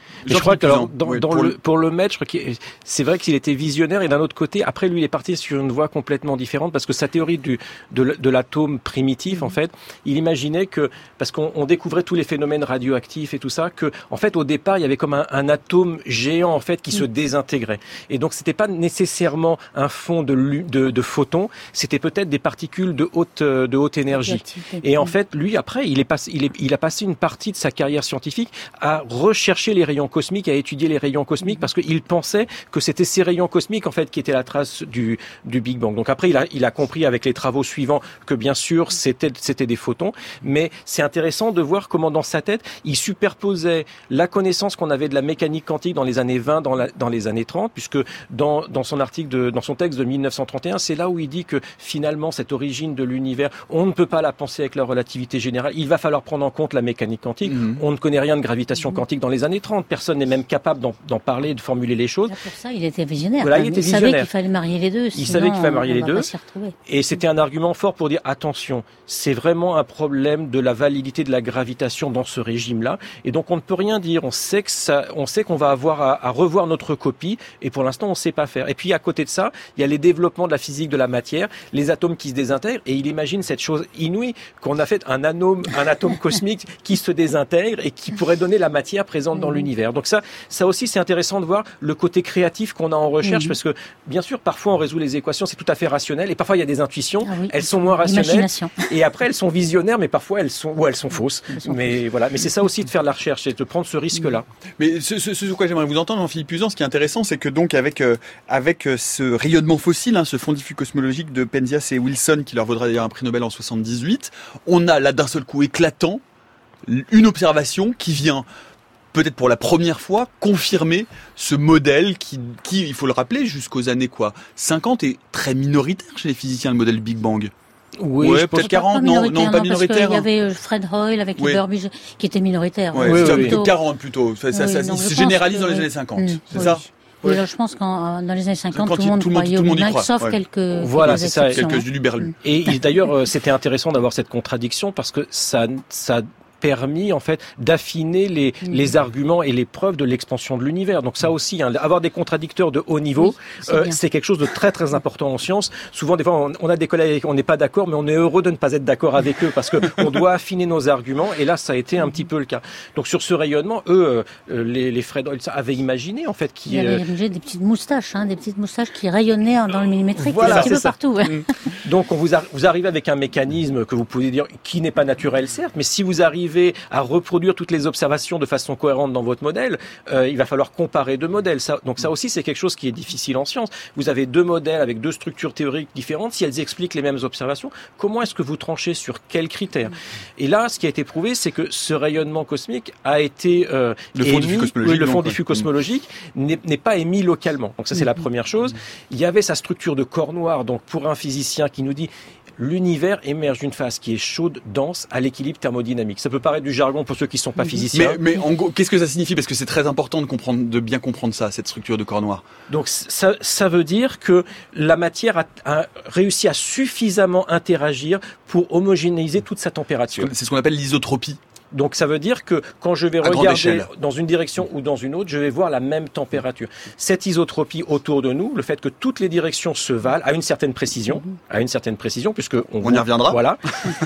Mais je crois que alors, dans, oui, dans pour, le, pour le maître, je crois qu'il, c'est vrai qu'il était visionnaire, et d'un autre côté, après lui, il est parti sur une voie complètement différente, parce que sa théorie du, de, de l'atome primitif, en fait, il imaginait que, parce qu'on on découvrait tous les phénomènes radioactifs et tout ça, que, en fait, au départ, il y avait comme un, un atome géant, en fait, qui se désintégrait. Et donc, c'était pas nécessairement un fond de, de, de photons, c'était peut-être des particules de haute, de haute énergie. Et en fait, lui, après, il est passé, il est, il a passé une partie de sa carrière scientifique à rechercher les rayons cosmiques, à étudier les rayons cosmiques, parce qu'il pensait que c'était ces rayons cosmiques, en fait, qui étaient la trace du, du Big Bang. Donc après, il a, il a compris avec les travaux suivants que, bien sûr, c'était, c'était des photons, mais c'est intéressant de voir comment, dans sa tête, il superposait la connaissance qu'on avait de la mécanique quantique dans les années vingt, dans, la, dans les années trente, puisque dans, dans son article, de, dans son texte de mille neuf cent trente et un, c'est là où il dit que, finalement, cette origine de l'univers, on ne peut pas la penser avec la relativité générale. Il va falloir prendre en compte la mécanique quantique. Mmh. On ne connaît rien de gravitation mmh. quantique dans les années trente. Personne n'est même capable d'en, d'en parler, de formuler les choses. Là, pour ça, il était visionnaire. Voilà, il était il visionnaire. savait qu'il fallait marier les deux. Il savait qu'il fallait marier les deux. Et c'était un argument fort pour dire, attention, c'est vraiment un problème de la validité de la gravitation dans ce régime-là. Et donc, on ne peut rien dire. On sait que ça, on sait qu'on va avoir à, à revoir notre copie. Et pour l'instant, on ne sait pas faire. Et puis, à côté de ça, il y a les développements de la physique de la matière, les atomes qui se désintègrent. Et il imagine cette chose inouïe qu'on a fait un atome, un atome cosmique qui se désintègre et qui pourrait donner la matière présente dans l'univers. Donc ça, ça aussi, c'est intéressant de voir le côté créatif qu'on a en recherche, mmh. parce que, bien sûr, parfois on résout les équations, c'est tout à fait rationnel, et parfois il y a des intuitions, ah oui, elles sont moins rationnelles, et après elles sont visionnaires, mais parfois elles sont, ou elles sont fausses. Elles sont mais fausses. Voilà, mais c'est ça aussi de faire de la recherche, c'est de prendre ce risque-là. Mais ce, ce, ce sur quoi j'aimerais vous entendre, Jean-Philippe Uzan, ce qui est intéressant, c'est que donc avec euh, avec euh, ce rayonnement fossile, hein, ce fond diffus cosmologique de Penzias et Wilson, qui leur vaudra d'ailleurs un prix Nobel en soixante-dix-huit, on a là d'un seul coup éclatant une observation qui vient peut-être pour la première fois confirmer ce modèle qui, qui il faut le rappeler, jusqu'aux années quoi, cinquante est très minoritaire chez les physiciens, le modèle Big Bang. Oui, ouais, peut-être quarante, non, non, pas minoritaire. Il y avait Fred Hoyle avec oui. les Burbidge qui était minoritaire. Ouais, oui, oui, plutôt quarante plutôt. Ça, oui, ça, ça, non, il se généralise que, dans les oui. années cinquante. Mmh, c'est oui. ça? Oui, alors je pense qu'en dans les années cinquante, Quand tout le monde croyait au Big Bang, sauf ouais. quelques voilà, c'est ça, quelques uluberlus. Et, et d'ailleurs, c'était intéressant d'avoir cette contradiction parce que ça, ça permis en fait d'affiner les mmh. les arguments et les preuves de l'expansion de l'univers. Donc ça aussi, hein, avoir des contradicteurs de haut niveau, oui, c'est, euh, c'est quelque chose de très très important en science. Souvent, des fois, on, on a des collègues, on n'est pas d'accord, mais on est heureux de ne pas être d'accord avec eux parce que on doit affiner nos arguments. Et là, ça a été un petit peu le cas. Donc sur ce rayonnement, eux, euh, les les Fred Hoyle avaient imaginé en fait qu'il y avait euh... des petites moustaches, hein, des petites moustaches qui rayonnaient dans le millimétrique, voilà, un petit peu ça. Partout. Ouais. Mmh. Donc on vous a, vous arrivez avec un mécanisme que vous pouvez dire qui n'est pas naturel, certes, mais si vous arrivez à reproduire toutes les observations de façon cohérente dans votre modèle, euh, il va falloir comparer deux modèles. Ça, donc ça aussi, c'est quelque chose qui est difficile en science. Vous avez deux modèles avec deux structures théoriques différentes. Si elles expliquent les mêmes observations, comment est-ce que vous tranchez sur quels critères? Et là, ce qui a été prouvé, c'est que ce rayonnement cosmique a été euh, le émis, fond diffus cosmologique, oui, le fond donc, diffus ouais. cosmologique n'est, n'est pas émis localement. Donc ça, c'est la première chose. Il y avait sa structure de corps noir. Donc pour un physicien qui nous dit l'univers émerge d'une phase qui est chaude, dense, à l'équilibre thermodynamique. Ça peut paraître du jargon pour ceux qui ne sont pas physiciens. Mais, mais en gros, qu'est-ce que ça signifie? Parce que c'est très important de comprendre, de bien comprendre ça, cette structure de corps noir. Donc ça, ça veut dire que la matière a, a réussi à suffisamment interagir pour homogénéiser toute sa température. C'est ce qu'on appelle l'isotropie. Donc ça veut dire que quand je vais regarder dans une direction ou dans une autre, je vais voir la même température. Cette isotropie autour de nous, le fait que toutes les directions se valent à une certaine précision, à une certaine précision, puisque on, on y reviendra. Voilà,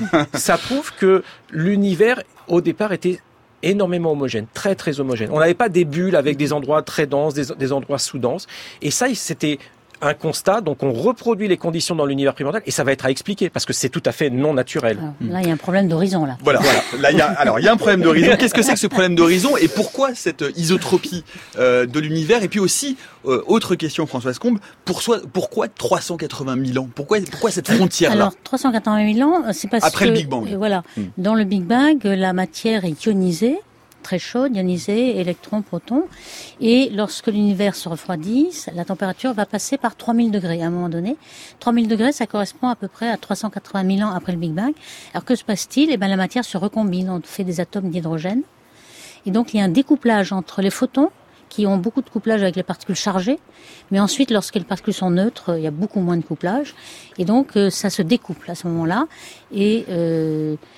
ça prouve que l'univers au départ était énormément homogène, très très homogène. On n'avait pas des bulles avec des endroits très denses, des, des endroits sous-denses, et ça c'était un constat, donc on reproduit les conditions dans l'univers primordial et ça va être à expliquer parce que c'est tout à fait non naturel. Alors, là, il y a un problème d'horizon là. Voilà. voilà. Là, il y a alors il y a un problème d'horizon. Qu'est-ce que c'est que ce problème d'horizon et pourquoi cette isotropie euh, de l'univers? Et puis aussi euh, autre question, Françoise Combe, pourquoi pourquoi trois cent quatre-vingt mille ans? Pourquoi pourquoi cette frontière là? Alors trois cent quatre-vingt mille ans, c'est parce après que le Big Bang. Euh, voilà, hmm. dans le Big Bang, la matière est ionisée. Très chaude, ionisée, électrons, protons. Et lorsque l'univers se refroidit, la température va passer par trois mille degrés à un moment donné. trois mille degrés, ça correspond à peu près à trois cent quatre-vingt mille ans après le Big Bang. Alors que se passe-t-il? Eh ben, la matière se recombine. On fait des atomes d'hydrogène. Et donc, il y a un découplage entre les photons, qui ont beaucoup de couplage avec les particules chargées. Mais ensuite, lorsque les particules sont neutres, il y a beaucoup moins de couplage. Et donc, ça se découple à ce moment-là. Et, euh,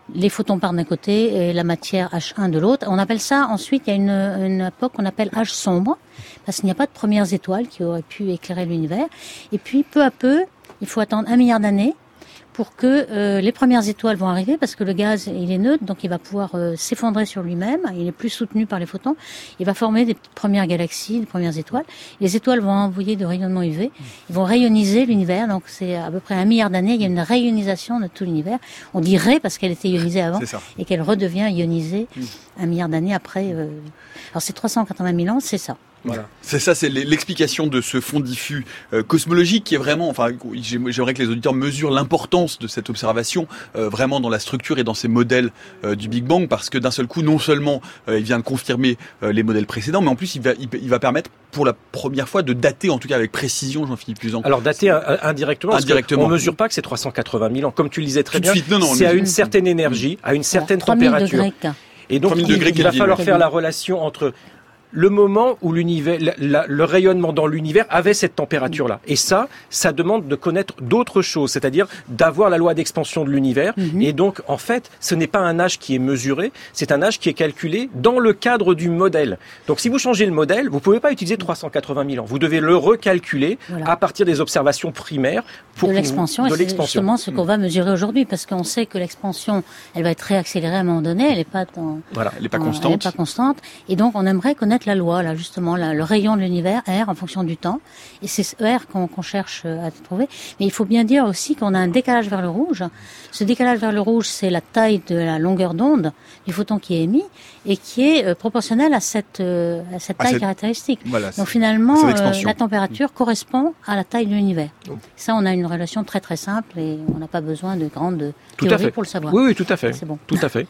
les photons partent d'un côté et la matière H un de l'autre. On appelle ça, ensuite, il y a une, une époque qu'on appelle âge sombre, parce qu'il n'y a pas de premières étoiles qui auraient pu éclairer l'univers. Et puis, peu à peu, il faut attendre un milliard d'années pour que euh, les premières étoiles vont arriver, parce que le gaz, il est neutre, donc il va pouvoir euh, s'effondrer sur lui-même, il est plus soutenu par les photons, il va former des premières galaxies, des premières étoiles. Les étoiles vont envoyer du rayonnement U V, ils vont rayoniser l'univers, donc c'est à peu près un milliard d'années, il y a une rayonisation de tout l'univers. On dirait parce qu'elle était ionisée avant, et qu'elle redevient ionisée mmh. un milliard d'années après. Euh... Alors c'est trois cent quatre-vingt mille ans, c'est ça. Voilà. C'est ça, c'est l'explication de ce fond diffus euh, cosmologique qui est vraiment, enfin, j'aimerais que les auditeurs mesurent l'importance de cette observation euh, vraiment dans la structure et dans ces modèles euh, du Big Bang, parce que d'un seul coup, non seulement euh, il vient de confirmer euh, les modèles précédents, mais en plus il va, il, il va permettre pour la première fois de dater, en tout cas avec précision, Jean-Philippe Puzan. Alors dater euh, indirectement, parce indirectement. On mesure pas que c'est trois cent quatre-vingt mille ans, comme tu le disais très tout bien. Suite, non, non, c'est à une certaine énergie, à une certaine trois mille température. Degrés. Et donc il, il va falloir faire la relation entre le moment où l'univers, la, la, le rayonnement dans l'univers avait cette température-là. Et ça, ça demande de connaître d'autres choses, c'est-à-dire d'avoir la loi d'expansion de l'univers. Mm-hmm. Et donc, en fait, ce n'est pas un âge qui est mesuré, c'est un âge qui est calculé dans le cadre du modèle. Donc, si vous changez le modèle, vous ne pouvez pas utiliser trois cent quatre-vingt mille ans. Vous devez le recalculer voilà. à partir des observations primaires pour de l'expansion. De et c'est justement ce qu'on va mesurer aujourd'hui, parce qu'on sait que l'expansion, elle va être réaccélérée à un moment donné. Elle n'est pas dans, voilà, elle n'est pas en, constante. Elle n'est pas constante. Et donc, on aimerait connaître la loi, là, justement, là, le rayon de l'univers, R, en fonction du temps. Et c'est ce R qu'on qu'on cherche à trouver. Mais il faut bien dire aussi qu'on a un décalage vers le rouge. Ce décalage vers le rouge, c'est la taille de la longueur d'onde du photon qui est émis et qui est euh, proportionnelle à cette, euh, à cette taille ah, caractéristique. Voilà, donc finalement, euh, la température mmh. correspond à la taille de l'univers. Oh. Ça, on a une relation très très simple et on n'a pas besoin de grandes tout théories pour le savoir. Oui, oui, tout à fait. C'est bon. Tout à fait.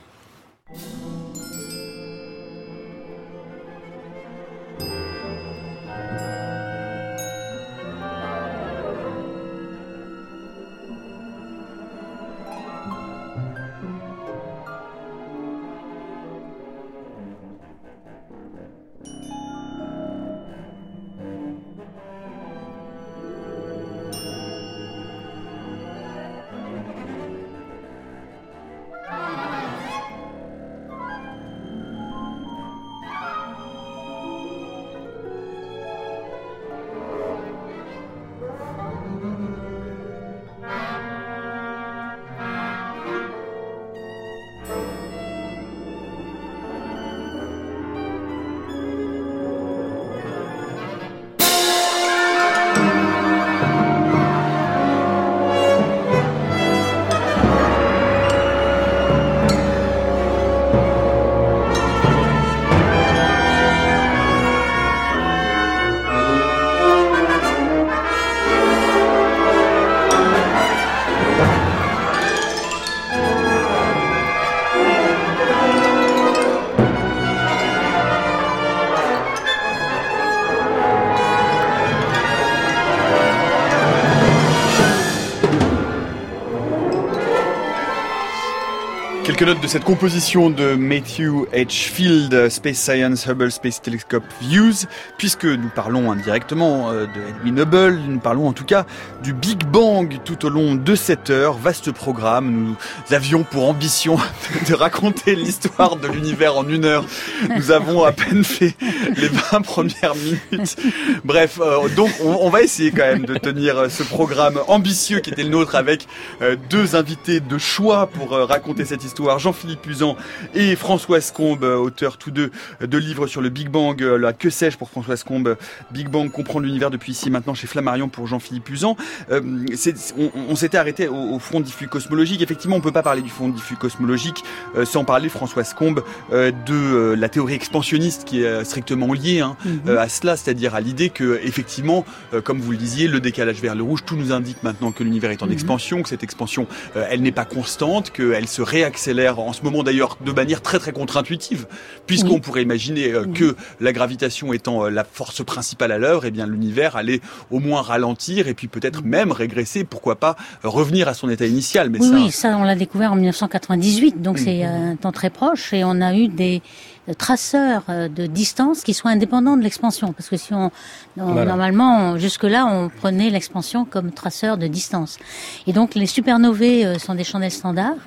Quelques notes de cette composition de Matthew H. Field, Space Science Hubble Space Telescope Views, puisque nous parlons indirectement de Edwin Hubble, nous parlons en tout cas du Big Bang tout au long de cette heure. Vaste programme, nous avions pour ambition de raconter l'histoire de l'univers en une heure. Nous avons à peine fait les vingt premières minutes. Bref, euh, donc on, on va essayer quand même de tenir ce programme ambitieux qui était le nôtre avec euh, deux invités de choix pour euh, raconter cette histoire. Jean-Philippe Puzan et Françoise Combe, auteurs tous deux de livres sur le Big Bang. Là, que sais-je pour Françoise Combe, Big Bang, comprendre l'univers depuis ici maintenant chez Flammarion pour Jean-Philippe Puzan. Euh, c'est, on, on s'était arrêté au, au front diffus cosmologique. Effectivement, on peut pas parler du front diffus cosmologique euh, sans parler, Françoise Combe, euh, de euh, la théorie expansionniste qui est euh, strictement liée hein, mm-hmm. euh, à cela, c'est-à-dire à l'idée que, effectivement, euh, comme vous le disiez, le décalage vers le rouge, tout nous indique maintenant que l'univers est en mm-hmm. expansion, que cette expansion, euh, elle n'est pas constante, qu'elle se réaccélère en ce moment d'ailleurs de manière très très contre-intuitive, puisqu'on oui. pourrait imaginer euh, oui. que la gravitation étant euh, la force principale à l'œuvre, eh bien l'univers allait au moins ralentir et puis peut-être même régresser, pourquoi pas euh, revenir à son état initial. Mais oui, ça, oui, ça on l'a découvert en dix-neuf cent quatre-vingt-dix-huit, donc mmh. c'est euh, un temps très proche et on a eu des traceurs de distance qui soient indépendants de l'expansion, parce que si on, on voilà. normalement jusque-là on prenait l'expansion comme traceur de distance. Et donc les supernovae euh, sont des chandelles standards.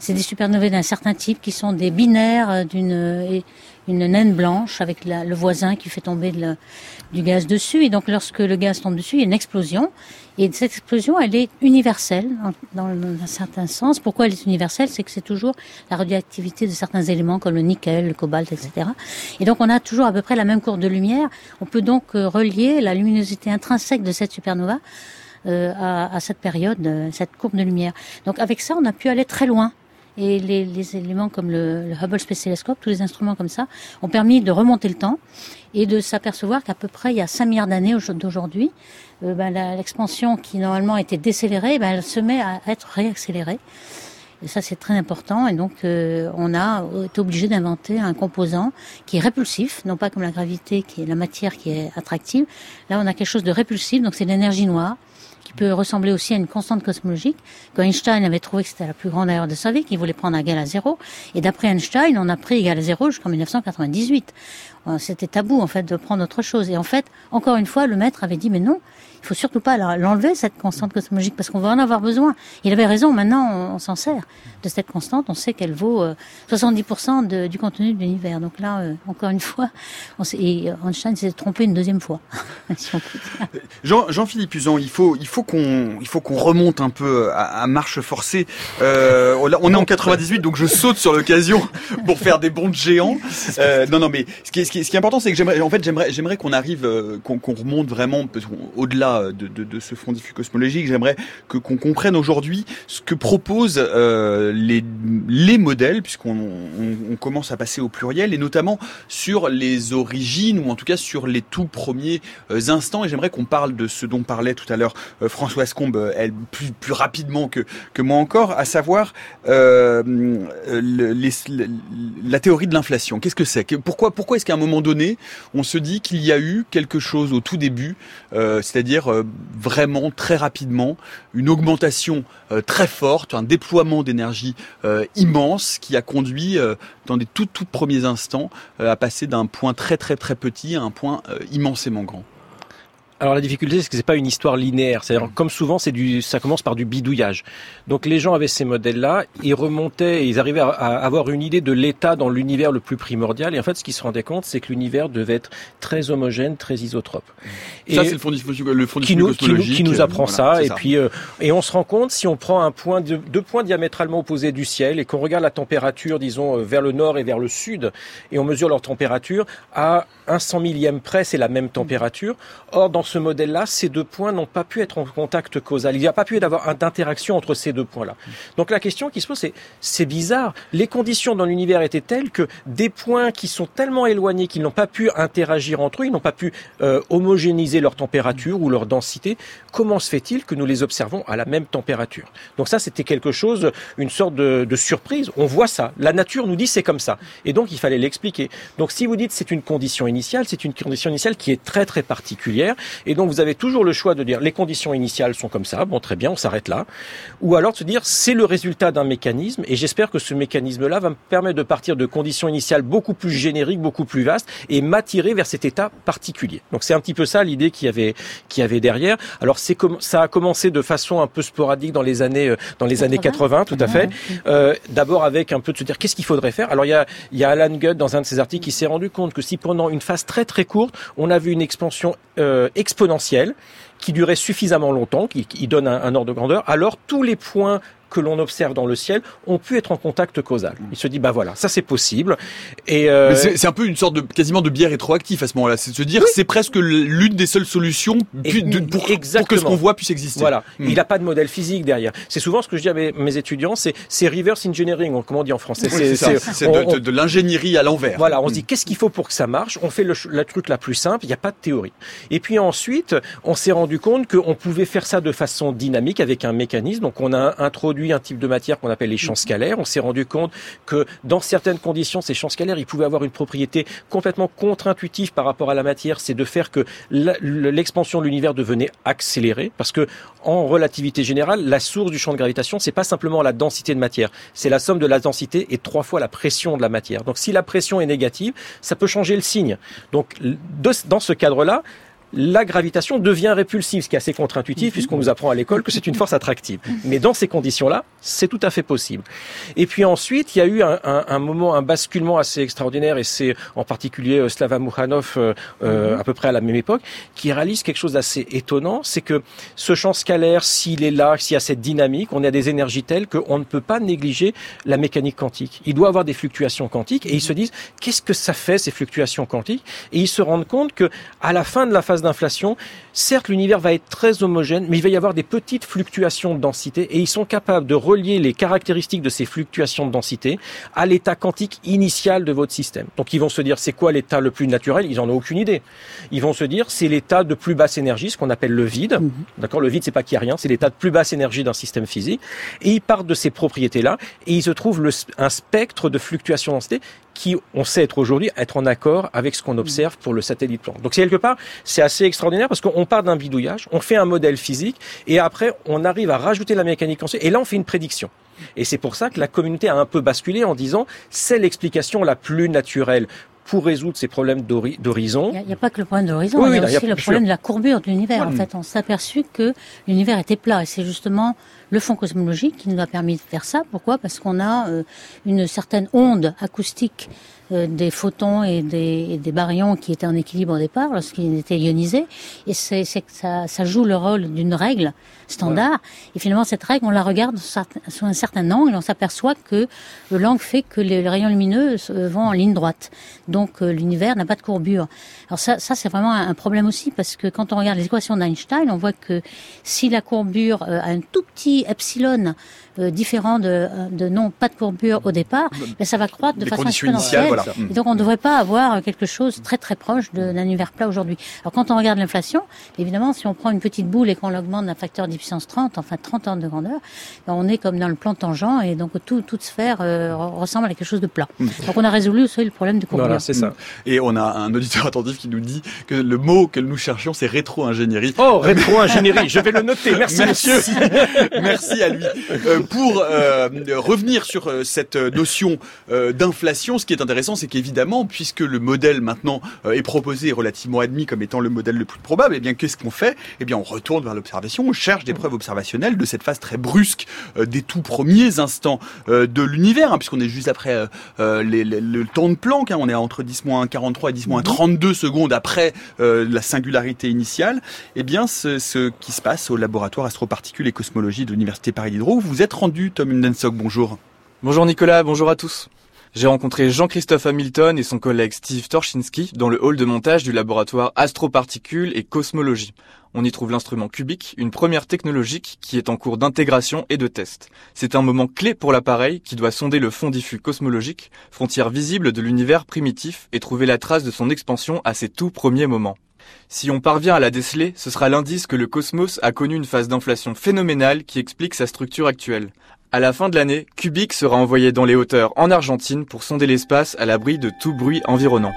c'est des supernovae d'un certain type qui sont des binaires d'une une naine blanche avec la, le voisin qui fait tomber le, du gaz dessus. Et donc, lorsque le gaz tombe dessus, il y a une explosion. Et cette explosion, elle est universelle dans, dans un certain sens. Pourquoi elle est universelle? C'est que c'est toujours la radioactivité de certains éléments comme le nickel, le cobalt, et cetera. Et donc, on a toujours à peu près la même courbe de lumière. On peut donc relier la luminosité intrinsèque de cette supernova euh, à, à cette période, cette courbe de lumière. Donc, avec ça, on a pu aller très loin. Et les, les éléments comme le, le Hubble Space Telescope, tous les instruments comme ça, ont permis de remonter le temps et de s'apercevoir qu'à peu près il y a cinq milliards d'années d'aujourd'hui, euh, ben, la, l'expansion qui normalement était décélérée, ben, elle se met à être réaccélérée. Et ça, c'est très important. Et donc, euh, on a été obligé d'inventer un composant qui est répulsif, non pas comme la gravité, qui est la matière qui est attractive. Là, on a quelque chose de répulsif, donc c'est l'énergie noire, qui peut ressembler aussi à une constante cosmologique, que Einstein avait trouvé que c'était la plus grande erreur de sa vie, qu'il voulait prendre égal à zéro. Et d'après Einstein, on a pris égal à zéro jusqu'en dix-neuf cent quatre-vingt-dix-huit. C'était tabou, en fait, de prendre autre chose. Et en fait, encore une fois, le maître avait dit, mais non, il faut surtout pas l'enlever, cette constante cosmologique, parce qu'on va en avoir besoin. Il avait raison, maintenant, on, on s'en sert de cette constante. On sait qu'elle vaut euh, soixante-dix pour cent de, du contenu de l'univers. Donc là, euh, encore une fois, on s'est, et Einstein s'est trompé une deuxième fois. Si on peut dire. Jean, Jean-Philippe Uzan, il faut, il faut qu'on, il faut qu'on remonte un peu à, à marche forcée. Euh, on est en quatre-vingt-dix-huit, donc je saute sur l'occasion pour faire des bonds de géants. Euh, non, non, mais ce qui est, ce qui est, ce qui est important, c'est que j'aimerais, en fait, j'aimerais, j'aimerais qu'on arrive, euh, qu'on, qu'on remonte vraiment au-delà de, de, de ce front diffus cosmologique. J'aimerais que qu'on comprenne aujourd'hui ce que proposent euh, les les modèles, puisqu'on on, on commence à passer au pluriel, et notamment sur les origines, ou en tout cas sur les tout premiers euh, instants. Et j'aimerais qu'on parle de ce dont parlait tout à l'heure euh, Françoise Combe, elle plus plus rapidement que que moi encore, à savoir euh, le, les, le, la théorie de l'inflation. Qu'est-ce que c'est? Pourquoi pourquoi est-ce qu'à un moment donné, on se dit qu'il y a eu quelque chose au tout début, euh, c'est-à-dire euh, vraiment très rapidement une augmentation euh, très forte, un déploiement d'énergie euh, immense qui a conduit euh, dans des tout tout premiers instants euh, à passer d'un point très très très petit à un point euh, immensément grand? Alors la difficulté, c'est que c'est pas une histoire linéaire. C'est-à-dire, comme souvent, c'est du, ça commence par du bidouillage. Donc les gens avaient ces modèles-là, ils remontaient, et ils arrivaient à, à avoir une idée de l'état dans l'univers le plus primordial. Et en fait, ce qu'ils se rendaient compte, c'est que l'univers devait être très homogène, très isotrope. Et ça, c'est le fond diffus, le fond qui, nous, qui, nous, qui nous apprend voilà, ça. Et ça. puis, euh, et on se rend compte, si on prend un point, de, deux points diamétralement opposés du ciel, et qu'on regarde la température, disons, euh, vers le nord et vers le sud, et on mesure leur température, à un cent millième près, c'est la même température. Or, dans ce modèle-là, ces deux points n'ont pas pu être en contact causal. Il n'y a pas pu y avoir d'interaction entre ces deux points-là. Donc la question qui se pose, c'est, c'est bizarre. Les conditions dans l'univers étaient telles que des points qui sont tellement éloignés qu'ils n'ont pas pu interagir entre eux, ils n'ont pas pu euh, homogénéiser leur température ou leur densité. Comment se fait-il que nous les observons à la même température? Donc ça, c'était quelque chose, une sorte de, de surprise. On voit ça. La nature nous dit c'est comme ça. Et donc, il fallait l'expliquer. Donc si vous dites c'est une condition initiale, c'est une condition initiale qui est très très particulière. Et donc, vous avez toujours le choix de dire les conditions initiales sont comme ça, bon très bien, on s'arrête là. Ou alors de se dire c'est le résultat d'un mécanisme, et j'espère que ce mécanisme-là va me permettre de partir de conditions initiales beaucoup plus génériques, beaucoup plus vastes, et m'attirer vers cet état particulier. Donc c'est un petit peu ça l'idée qu'il y avait, qu'il y avait derrière. Alors c'est comme ça a commencé de façon un peu sporadique dans les années dans les années quatre-vingts, tout à fait. Euh, d'abord avec un peu de se dire qu'est-ce qu'il faudrait faire. Alors il y a il y a Alan Guth dans un de ses articles qui s'est rendu compte que si pendant une phase très très courte, on a vu une expansion euh, exponentielle qui durait suffisamment longtemps, qui, qui donne un, un ordre de grandeur, alors tous les points que l'on observe dans le ciel ont pu être en contact causal. Il se dit, bah voilà, ça c'est possible. Et euh... Mais c'est, c'est un peu une sorte de quasiment de biais rétroactif à ce moment-là. C'est de se dire, oui. c'est presque l'une des seules solutions et, de, pour, pour que ce qu'on voit puisse exister. Voilà. Mmh. Il n'a pas de modèle physique derrière. C'est souvent ce que je dis à mes, mes étudiants, c'est, c'est reverse engineering, comment on dit en français. Oui, c'est, c'est, c'est, c'est on, de, de, de l'ingénierie à l'envers. Voilà. On mmh. se dit, qu'est-ce qu'il faut pour que ça marche? On fait le, la truc la plus simple. Il n'y a pas de théorie. Et puis ensuite, on s'est rendu compte qu'on pouvait faire ça de façon dynamique avec un mécanisme. Donc on a introduit un type de matière qu'on appelle les champs scalaires. On s'est rendu compte que dans certaines conditions, ces champs scalaires, ils pouvaient avoir une propriété complètement contre-intuitive par rapport à la matière, c'est de faire que la, l'expansion de l'univers devenait accélérée, parce que en relativité générale, la source du champ de gravitation, c'est pas simplement la densité de matière, c'est la somme de la densité et trois fois la pression de la matière. Donc si la pression est négative, ça peut changer le signe. Donc de, dans ce cadre-là, la gravitation devient répulsive, ce qui est assez contre-intuitif mmh. puisqu'on nous apprend à l'école que c'est une force attractive. Mais dans ces conditions-là, c'est tout à fait possible. Et puis ensuite, il y a eu un, un, un moment, un basculement assez extraordinaire, et c'est en particulier Slava Mukhanov, euh, euh, à peu près à la même époque, qui réalise quelque chose d'assez étonnant, c'est que ce champ scalaire, s'il est là, s'il y a cette dynamique, on a des énergies telles qu'on ne peut pas négliger la mécanique quantique. Il doit avoir des fluctuations quantiques, et ils se disent, qu'est-ce que ça fait ces fluctuations quantiques? Et ils se rendent compte que à la fin de la phase d'inflation, certes, l'univers va être très homogène, mais il va y avoir des petites fluctuations de densité, et ils sont capables de relier les caractéristiques de ces fluctuations de densité à l'état quantique initial de votre système. Donc ils vont se dire, c'est quoi l'état le plus naturel? Ils en ont aucune idée. Ils vont se dire, c'est l'état de plus basse énergie, ce qu'on appelle le vide. Mmh. D'accord? Le vide, c'est pas qu'il y a rien, c'est l'état de plus basse énergie d'un système physique. Et ils partent de ces propriétés-là, et ils se trouvent le, un spectre de fluctuations de densité qui, on sait être aujourd'hui, être en accord avec ce qu'on observe pour le satellite Planck. Donc c'est quelque part, c'est assez extraordinaire parce qu'on part d'un bidouillage, on fait un modèle physique, et après, on arrive à rajouter la mécanique quantique, et là, on fait une prédiction. Et c'est pour ça que la communauté a un peu basculé en disant, c'est l'explication la plus naturelle pour résoudre ces problèmes d'hori- d'horizon. Il n'y a, a pas que le problème d'horizon, oui, il y a oui, aussi y a, le problème sûr. de la courbure de l'univers. Oui. En fait, on s'est aperçu que l'univers était plat, et c'est justement le fond cosmologique qui nous a permis de faire ça. Pourquoi? Parce qu'on a euh, une certaine onde acoustique euh, des photons et des, et des baryons qui étaient en équilibre au départ lorsqu'ils étaient ionisés, et c'est, c'est que ça, ça joue le rôle d'une règle standard. Ouais. Et finalement, cette règle, on la regarde sous un certain angle, et on s'aperçoit que l'angle fait que les, les rayons lumineux vont en ligne droite. Donc euh, l'univers n'a pas de courbure. Alors ça, ça c'est vraiment un, un problème aussi, parce que quand on regarde les équations d'Einstein, on voit que si la courbure euh, a un tout petit epsilon euh, différent de, de non pas de courbure au départ, ben ça va croître de les façon exponentielle. Voilà. Et donc on ne devrait pas avoir quelque chose très très proche de, d'un univers plat aujourd'hui. Alors quand on regarde l'inflation, évidemment, si on prend une petite boule et qu'on l'augmente d'un facteur dix puissance trente, enfin trente ordres de grandeur, ben on est comme dans le plan tangent, et donc tout, toute sphère euh, ressemble à quelque chose de plat. Mmh. Donc on a résolu aussi le problème de courbure. Voilà, c'est ça. Et on a un auditeur attentif qui nous dit que le mot que nous cherchions, c'est rétro-ingénierie. Oh, rétro-ingénierie, je vais le noter. Merci, Merci. monsieur. Merci à lui. Euh, pour euh, revenir sur euh, cette notion euh, d'inflation, ce qui est intéressant, c'est qu'évidemment, puisque le modèle maintenant euh, est proposé et relativement admis comme étant le modèle le plus probable, eh bien, qu'est-ce qu'on fait? Eh bien, on retourne vers l'observation, on cherche des preuves observationnelles de cette phase très brusque euh, des tout premiers instants euh, de l'univers, hein, puisqu'on est juste après euh, les, les, le temps de Planck, hein, on est entre dix moins quarante-trois et dix moins trente-deux secondes après euh, la singularité initiale. Eh bien, ce, ce qui se passe au laboratoire astroparticules et cosmologie de l'Université Paris Diderot, vous vous êtes rendu, Tom Undensok, bonjour. Bonjour Nicolas, bonjour à tous. J'ai rencontré Jean-Christophe Hamilton et son collègue Steve Torchinski dans le hall de montage du laboratoire astroparticules et cosmologie. On y trouve l'instrument cubique, une première technologique qui est en cours d'intégration et de test. C'est un moment clé pour l'appareil qui doit sonder le fond diffus cosmologique, frontière visible de l'univers primitif, et trouver la trace de son expansion à ses tout premiers moments. Si on parvient à la déceler, ce sera l'indice que le cosmos a connu une phase d'inflation phénoménale qui explique sa structure actuelle. À la fin de l'année, Cubic sera envoyé dans les hauteurs en Argentine pour sonder l'espace à l'abri de tout bruit environnant.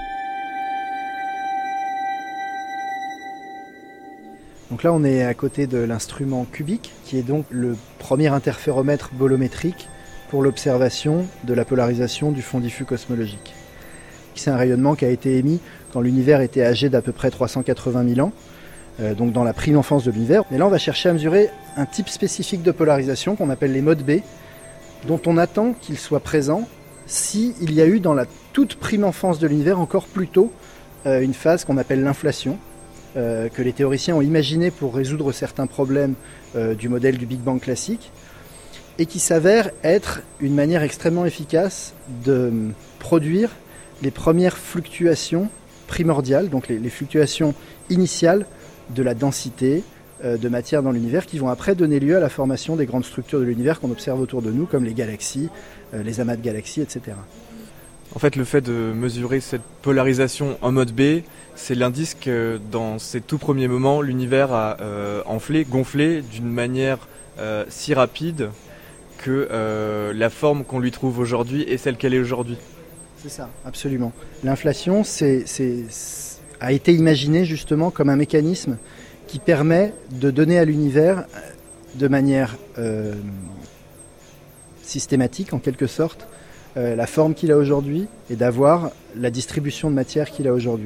Donc là, on est à côté de l'instrument Cubic, qui est donc le premier interféromètre bolométrique pour l'observation de la polarisation du fond diffus cosmologique. C'est un rayonnement qui a été émis quand l'univers était âgé d'à peu près trois cent quatre-vingt mille ans, euh, donc dans la prime enfance de l'univers. Mais là, on va chercher à mesurer un type spécifique de polarisation qu'on appelle les modes B, dont on attend qu'il soit présent s'il y a eu dans la toute prime enfance de l'univers, encore plus tôt, euh, une phase qu'on appelle l'inflation, euh, que les théoriciens ont imaginé pour résoudre certains problèmes euh, du modèle du Big Bang classique, et qui s'avère être une manière extrêmement efficace de produire les premières fluctuations primordiales, donc les, les fluctuations initiales de la densité euh, de matière dans l'univers, qui vont après donner lieu à la formation des grandes structures de l'univers qu'on observe autour de nous, comme les galaxies, euh, les amas de galaxies, et cetera. En fait, le fait de mesurer cette polarisation en mode B, c'est l'indice que dans ces tout premiers moments, l'univers a euh, enflé, gonflé d'une manière euh, si rapide que euh, la forme qu'on lui trouve aujourd'hui est celle qu'elle est aujourd'hui. C'est ça, absolument. L'inflation c'est, c'est, c'est, a été imaginée justement comme un mécanisme qui permet de donner à l'univers de manière euh, systématique, en quelque sorte, euh, la forme qu'il a aujourd'hui et d'avoir la distribution de matière qu'il a aujourd'hui.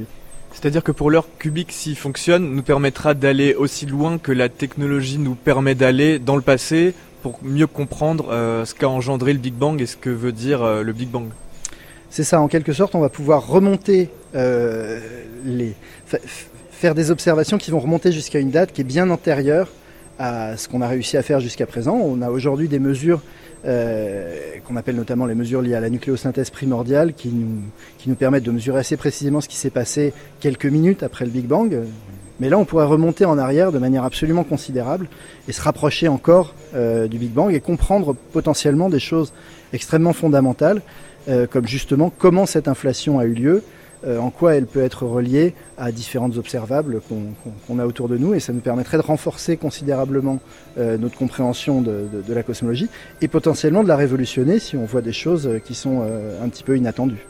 C'est-à-dire que pour l'heure, Cubic, s'il fonctionne, nous permettra d'aller aussi loin que la technologie nous permet d'aller dans le passé pour mieux comprendre euh, ce qu'a engendré le Big Bang et ce que veut dire euh, le Big Bang. C'est ça, en quelque sorte, on va pouvoir remonter, euh, les, fa- faire des observations qui vont remonter jusqu'à une date qui est bien antérieure à ce qu'on a réussi à faire jusqu'à présent. On a aujourd'hui des mesures euh, qu'on appelle notamment les mesures liées à la nucléosynthèse primordiale qui nous, qui nous permettent de mesurer assez précisément ce qui s'est passé quelques minutes après le Big Bang. Mais là, on pourrait remonter en arrière de manière absolument considérable et se rapprocher encore euh, du Big Bang et comprendre potentiellement des choses extrêmement fondamentales, euh, comme justement comment cette inflation a eu lieu, euh, en quoi elle peut être reliée à différentes observables qu'on, qu'on, qu'on a autour de nous, et ça nous permettrait de renforcer considérablement euh, notre compréhension de, de, de la cosmologie et potentiellement de la révolutionner si on voit des choses qui sont euh, un petit peu inattendues.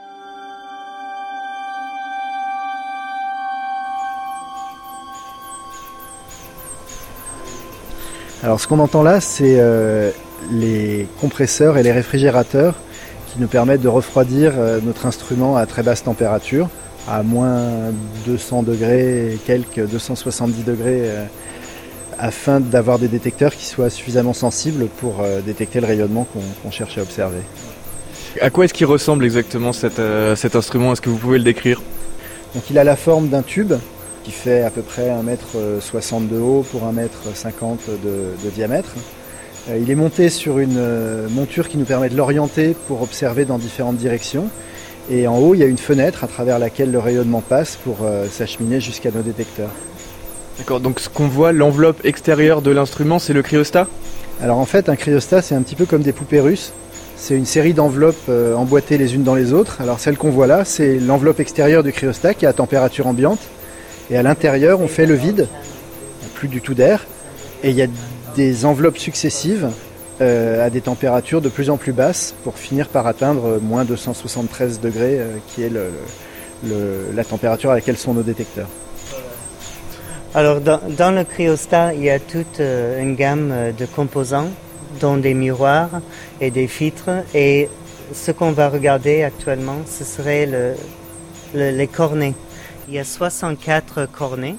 Alors ce qu'on entend là, c'est euh, les compresseurs et les réfrigérateurs qui nous permettent de refroidir euh, notre instrument à très basse température, à moins deux cents degrés et quelques, deux cent soixante-dix degrés, euh, afin d'avoir des détecteurs qui soient suffisamment sensibles pour euh, détecter le rayonnement qu'on, qu'on cherche à observer. À quoi est-ce qu'il ressemble exactement cet, euh, cet instrument ? Est-ce que vous pouvez le décrire ? Donc il a la forme d'un tube qui fait à peu près un mètre soixante de haut pour un mètre cinquante de, de diamètre. Euh, il est monté sur une euh, monture qui nous permet de l'orienter pour observer dans différentes directions. Et en haut, il y a une fenêtre à travers laquelle le rayonnement passe pour euh, s'acheminer jusqu'à nos détecteurs. D'accord, donc ce qu'on voit, l'enveloppe extérieure de l'instrument, c'est le cryostat ? Alors en fait, un cryostat, c'est un petit peu comme des poupées russes. C'est une série d'enveloppes euh, emboîtées les unes dans les autres. Alors celle qu'on voit là, c'est l'enveloppe extérieure du cryostat qui est à température ambiante. Et à l'intérieur, on fait le vide, il n'y a plus du tout d'air, et il y a des enveloppes successives euh, à des températures de plus en plus basses pour finir par atteindre moins deux cent soixante-treize degrés, euh, qui est le, le, la température à laquelle sont nos détecteurs. Alors dans, dans le cryostat, il y a toute euh, une gamme de composants, dont des miroirs et des filtres, et ce qu'on va regarder actuellement, ce serait le, le, les cornets. Il y a soixante-quatre cornets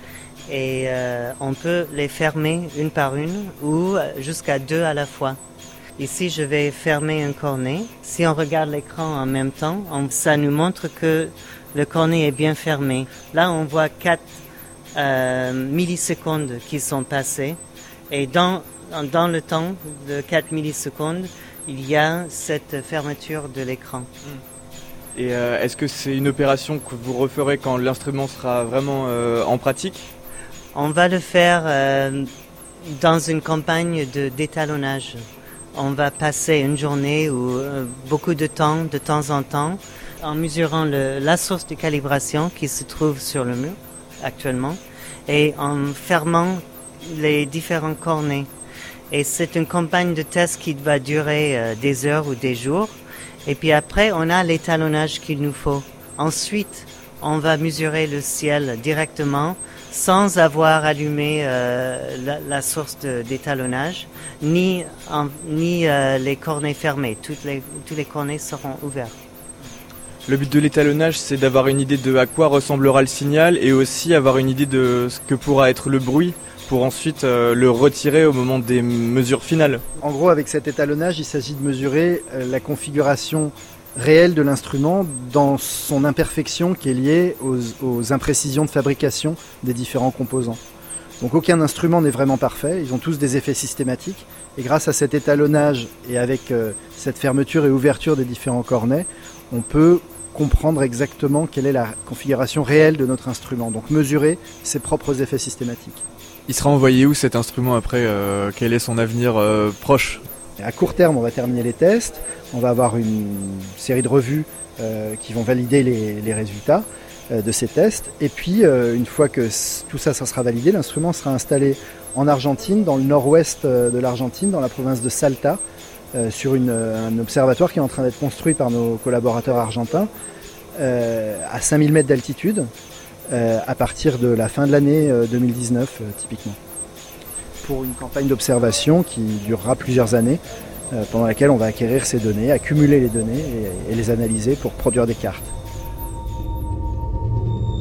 et euh, on peut les fermer une par une ou jusqu'à deux à la fois. Ici, je vais fermer un cornet. Si on regarde l'écran en même temps, on, ça nous montre que le cornet est bien fermé. Là, on voit quatre euh, millisecondes qui sont passées et dans, dans le temps de quatre millisecondes, il y a cette fermeture de l'écran. Mm. Et euh, est-ce que c'est une opération que vous referez quand l'instrument sera vraiment euh, en pratique ? On va le faire euh, dans une campagne de d'étalonnage. On va passer une journée ou euh, beaucoup de temps, de temps en temps, en mesurant le, la source de calibration qui se trouve sur le mur actuellement et en fermant les différents cornets. Et c'est une campagne de test qui va durer euh, des heures ou des jours. Et puis après, on a l'étalonnage qu'il nous faut. Ensuite, on va mesurer le ciel directement sans avoir allumé euh, la, la source de, d'étalonnage, ni, en, ni euh, les cornets fermés. Toutes les, tous les cornets seront ouverts. Le but de l'étalonnage, c'est d'avoir une idée de à quoi ressemblera le signal et aussi avoir une idée de ce que pourra être le bruit pour ensuite euh, le retirer au moment des mesures finales. En gros, avec cet étalonnage, il s'agit de mesurer euh, la configuration réelle de l'instrument dans son imperfection qui est liée aux, aux imprécisions de fabrication des différents composants. Donc aucun instrument n'est vraiment parfait, ils ont tous des effets systématiques, et grâce à cet étalonnage et avec euh, cette fermeture et ouverture des différents cornets, on peut comprendre exactement quelle est la configuration réelle de notre instrument, donc mesurer ses propres effets systématiques. Il sera envoyé où cet instrument après euh, Quel est son avenir euh, proche ? À court terme, on va terminer les tests, on va avoir une série de revues euh, qui vont valider les, les résultats euh, de ces tests. Et puis, euh, une fois que tout ça, ça sera validé, l'instrument sera installé en Argentine, dans le nord-ouest de l'Argentine, dans la province de Salta, euh, sur une, un observatoire qui est en train d'être construit par nos collaborateurs argentins, euh, à cinq mille mètres d'altitude. Euh, à partir de la fin de l'année euh, deux mille dix-neuf, euh, typiquement. Pour une campagne d'observation qui durera plusieurs années, euh, pendant laquelle on va acquérir ces données, accumuler les données et, et les analyser pour produire des cartes.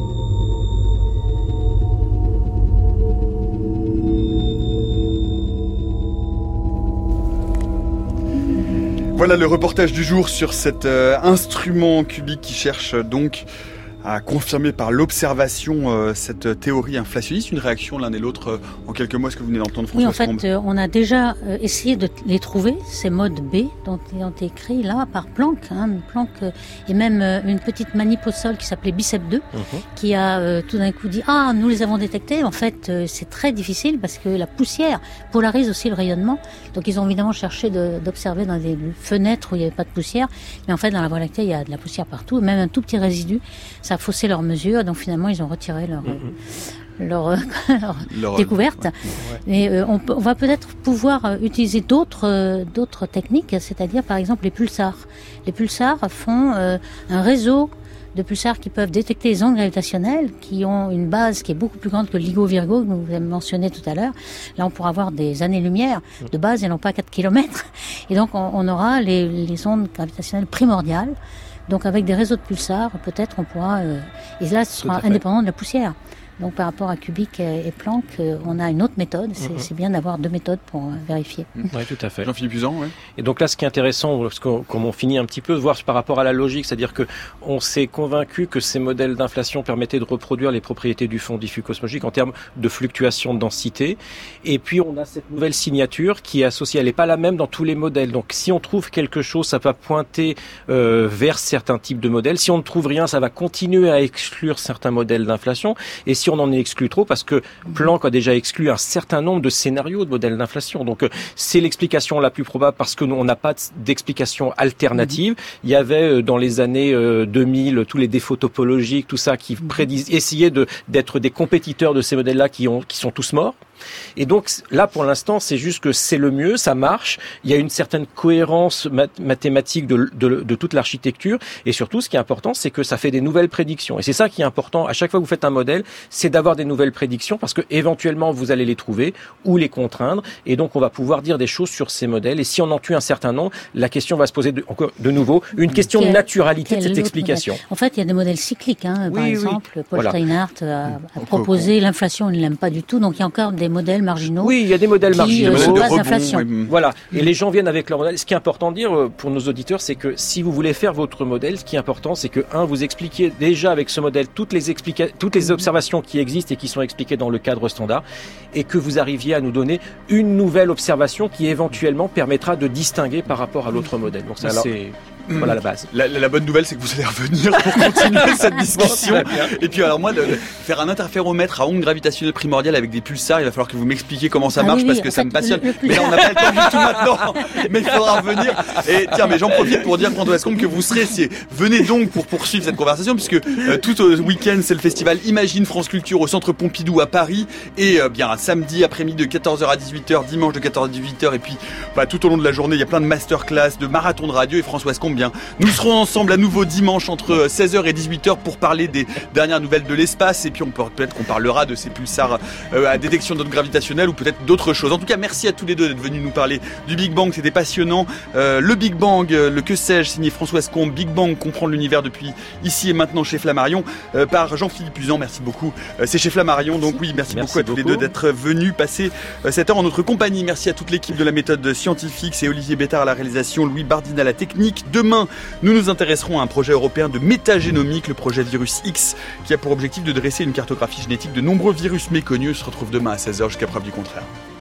Voilà le reportage du jour sur cet euh, instrument cubique qui cherche euh, donc à confirmer par l'observation euh, cette théorie inflationniste. Une réaction l'un et l'autre euh, en quelques mots, est-ce que vous venez d'entendre François Oui, en fait, Combe euh, on a déjà euh, essayé de t- les trouver, ces modes B dont ils ont été écrits là par Planck. Hein, Planck euh, et même euh, une petite manip au sol qui s'appelait Bicep deux, mm-hmm. qui a euh, tout d'un coup dit « Ah, nous les avons détectés ». En fait, euh, c'est très difficile parce que la poussière polarise aussi le rayonnement. Donc ils ont évidemment cherché de, d'observer dans des fenêtres où il n'y avait pas de poussière. Mais en fait, dans la Voie lactée, il y a de la poussière partout, même un tout petit résidu. Ça a faussé leurs mesures, donc finalement ils ont retiré leur, mmh. leur, leur, leur découverte. Ouais. Ouais. Et euh, on, peut, on va peut-être pouvoir euh, utiliser d'autres, euh, d'autres techniques, c'est-à-dire par exemple les pulsars. Les pulsars font euh, un réseau de pulsars qui peuvent détecter les ondes gravitationnelles, qui ont une base qui est beaucoup plus grande que le LIGO Virgo que vous avez mentionné tout à l'heure. Là, on pourra avoir des années-lumière de base et non pas quatre kilomètres. Et donc, on, on aura les, les ondes gravitationnelles primordiales. Donc avec des réseaux de pulsars, peut-être on pourra... Euh, et là, ce sera indépendant de la poussière. Donc par rapport à Kubik et Planck, on a une autre méthode. C'est, mm-hmm. c'est bien d'avoir deux méthodes pour euh, vérifier. Oui, tout à fait. Jean-Philippe Uzan, oui. Et donc là, ce qui est intéressant, parce qu'on, comme on finit un petit peu, voir par rapport à la logique, c'est-à-dire que on s'est convaincu que ces modèles d'inflation permettaient de reproduire les propriétés du fond diffus cosmologique en termes de fluctuation de densité. Et puis on a cette nouvelle signature qui est associée, elle n'est pas la même dans tous les modèles. Donc si on trouve quelque chose, ça va pointer euh, vers certains types de modèles. Si on ne trouve rien, ça va continuer à exclure certains modèles d'inflation. Et si on en exclut trop, parce que Planck a déjà exclu un certain nombre de scénarios de modèles d'inflation. Donc c'est l'explication la plus probable parce que nous on n'a pas d'explication alternative. Il y avait dans les années deux mille tous les défauts topologiques, tout ça qui prédis, essayaient de d'être des compétiteurs de ces modèles-là qui ont qui sont tous morts. Et donc là, pour l'instant, c'est juste que c'est le mieux, ça marche. Il y a une certaine cohérence mat- mathématique de, de, de toute l'architecture. Et surtout, ce qui est important, c'est que ça fait des nouvelles prédictions. Et c'est ça qui est important. À chaque fois que vous faites un modèle, c'est d'avoir des nouvelles prédictions parce que éventuellement, vous allez les trouver ou les contraindre. Et donc, on va pouvoir dire des choses sur ces modèles. Et si on en tue un certain nombre, la question va se poser de, encore de nouveau une question quel, de naturalité de cette explication. Modèle. En fait, il y a des modèles cycliques. Hein, oui, par oui. exemple, Paul voilà. Steinhardt a, a proposé l'inflation, il ne l'aime pas du tout. Donc, il y a encore des modèles marginaux. Oui, il y a des modèles qui, marginaux. Euh, de d'inflation. Oui. Voilà. Et les gens viennent avec leur modèle. Ce qui est important de dire pour nos auditeurs, c'est que si vous voulez faire votre modèle, ce qui est important, c'est que, un, vous expliquiez déjà avec ce modèle toutes les explica- toutes les observations qui existent et qui sont expliquées dans le cadre standard, et que vous arriviez à nous donner une nouvelle observation qui éventuellement permettra de distinguer par rapport à l'autre modèle. Donc ça, alors, c'est... Voilà la base. La, la, la bonne nouvelle, c'est que vous allez revenir pour continuer cette discussion. Et puis alors moi, de, de faire un interféromètre à ondes gravitationnelles primordiales avec des pulsars, il va falloir que vous m'expliquiez comment ça ah marche oui, oui, parce que ça fait, me passionne. Le, le mais là, on n'a pas le temps du tout maintenant. Mais il faudra revenir. Et tiens, mais j'en profite pour dire François Combe que vous serez, si, venez donc pour poursuivre cette conversation puisque euh, tout au week-end, c'est le festival Imagine France Culture au Centre Pompidou à Paris et euh, bien samedi après-midi de quatorze heures à dix-huit heures, dimanche de quatorze heures à dix-huit heures et puis bah, tout au long de la journée, il y a plein de masterclass, de marathons de radio et François Combe. Bien, nous serons ensemble à nouveau dimanche entre seize heures et dix-huit heures pour parler des dernières nouvelles de l'espace et puis on peut, peut-être qu'on parlera de ces pulsars euh, à détection d'ondes gravitationnelles ou peut-être d'autres choses. En tout cas, merci à tous les deux d'être venus nous parler du Big Bang, c'était passionnant. Euh, le Big Bang, euh, le que sais-je, signé François Combe, Big Bang, comprendre l'univers depuis ici et maintenant chez Flammarion, euh, par Jean-Philippe Uzan, merci beaucoup. Euh, c'est chez Flammarion, donc oui, merci, merci beaucoup à tous beaucoup. les deux d'être venus passer euh, cette heure en notre compagnie. Merci à toute l'équipe de la méthode scientifique, c'est Olivier Bétard à la réalisation, Louis Bardina à la technique. Demain, nous nous intéresserons à un projet européen de métagénomique, le projet Virus X, qui a pour objectif de dresser une cartographie génétique de nombreux virus méconnus. On se retrouve demain à seize heures jusqu'à preuve du contraire.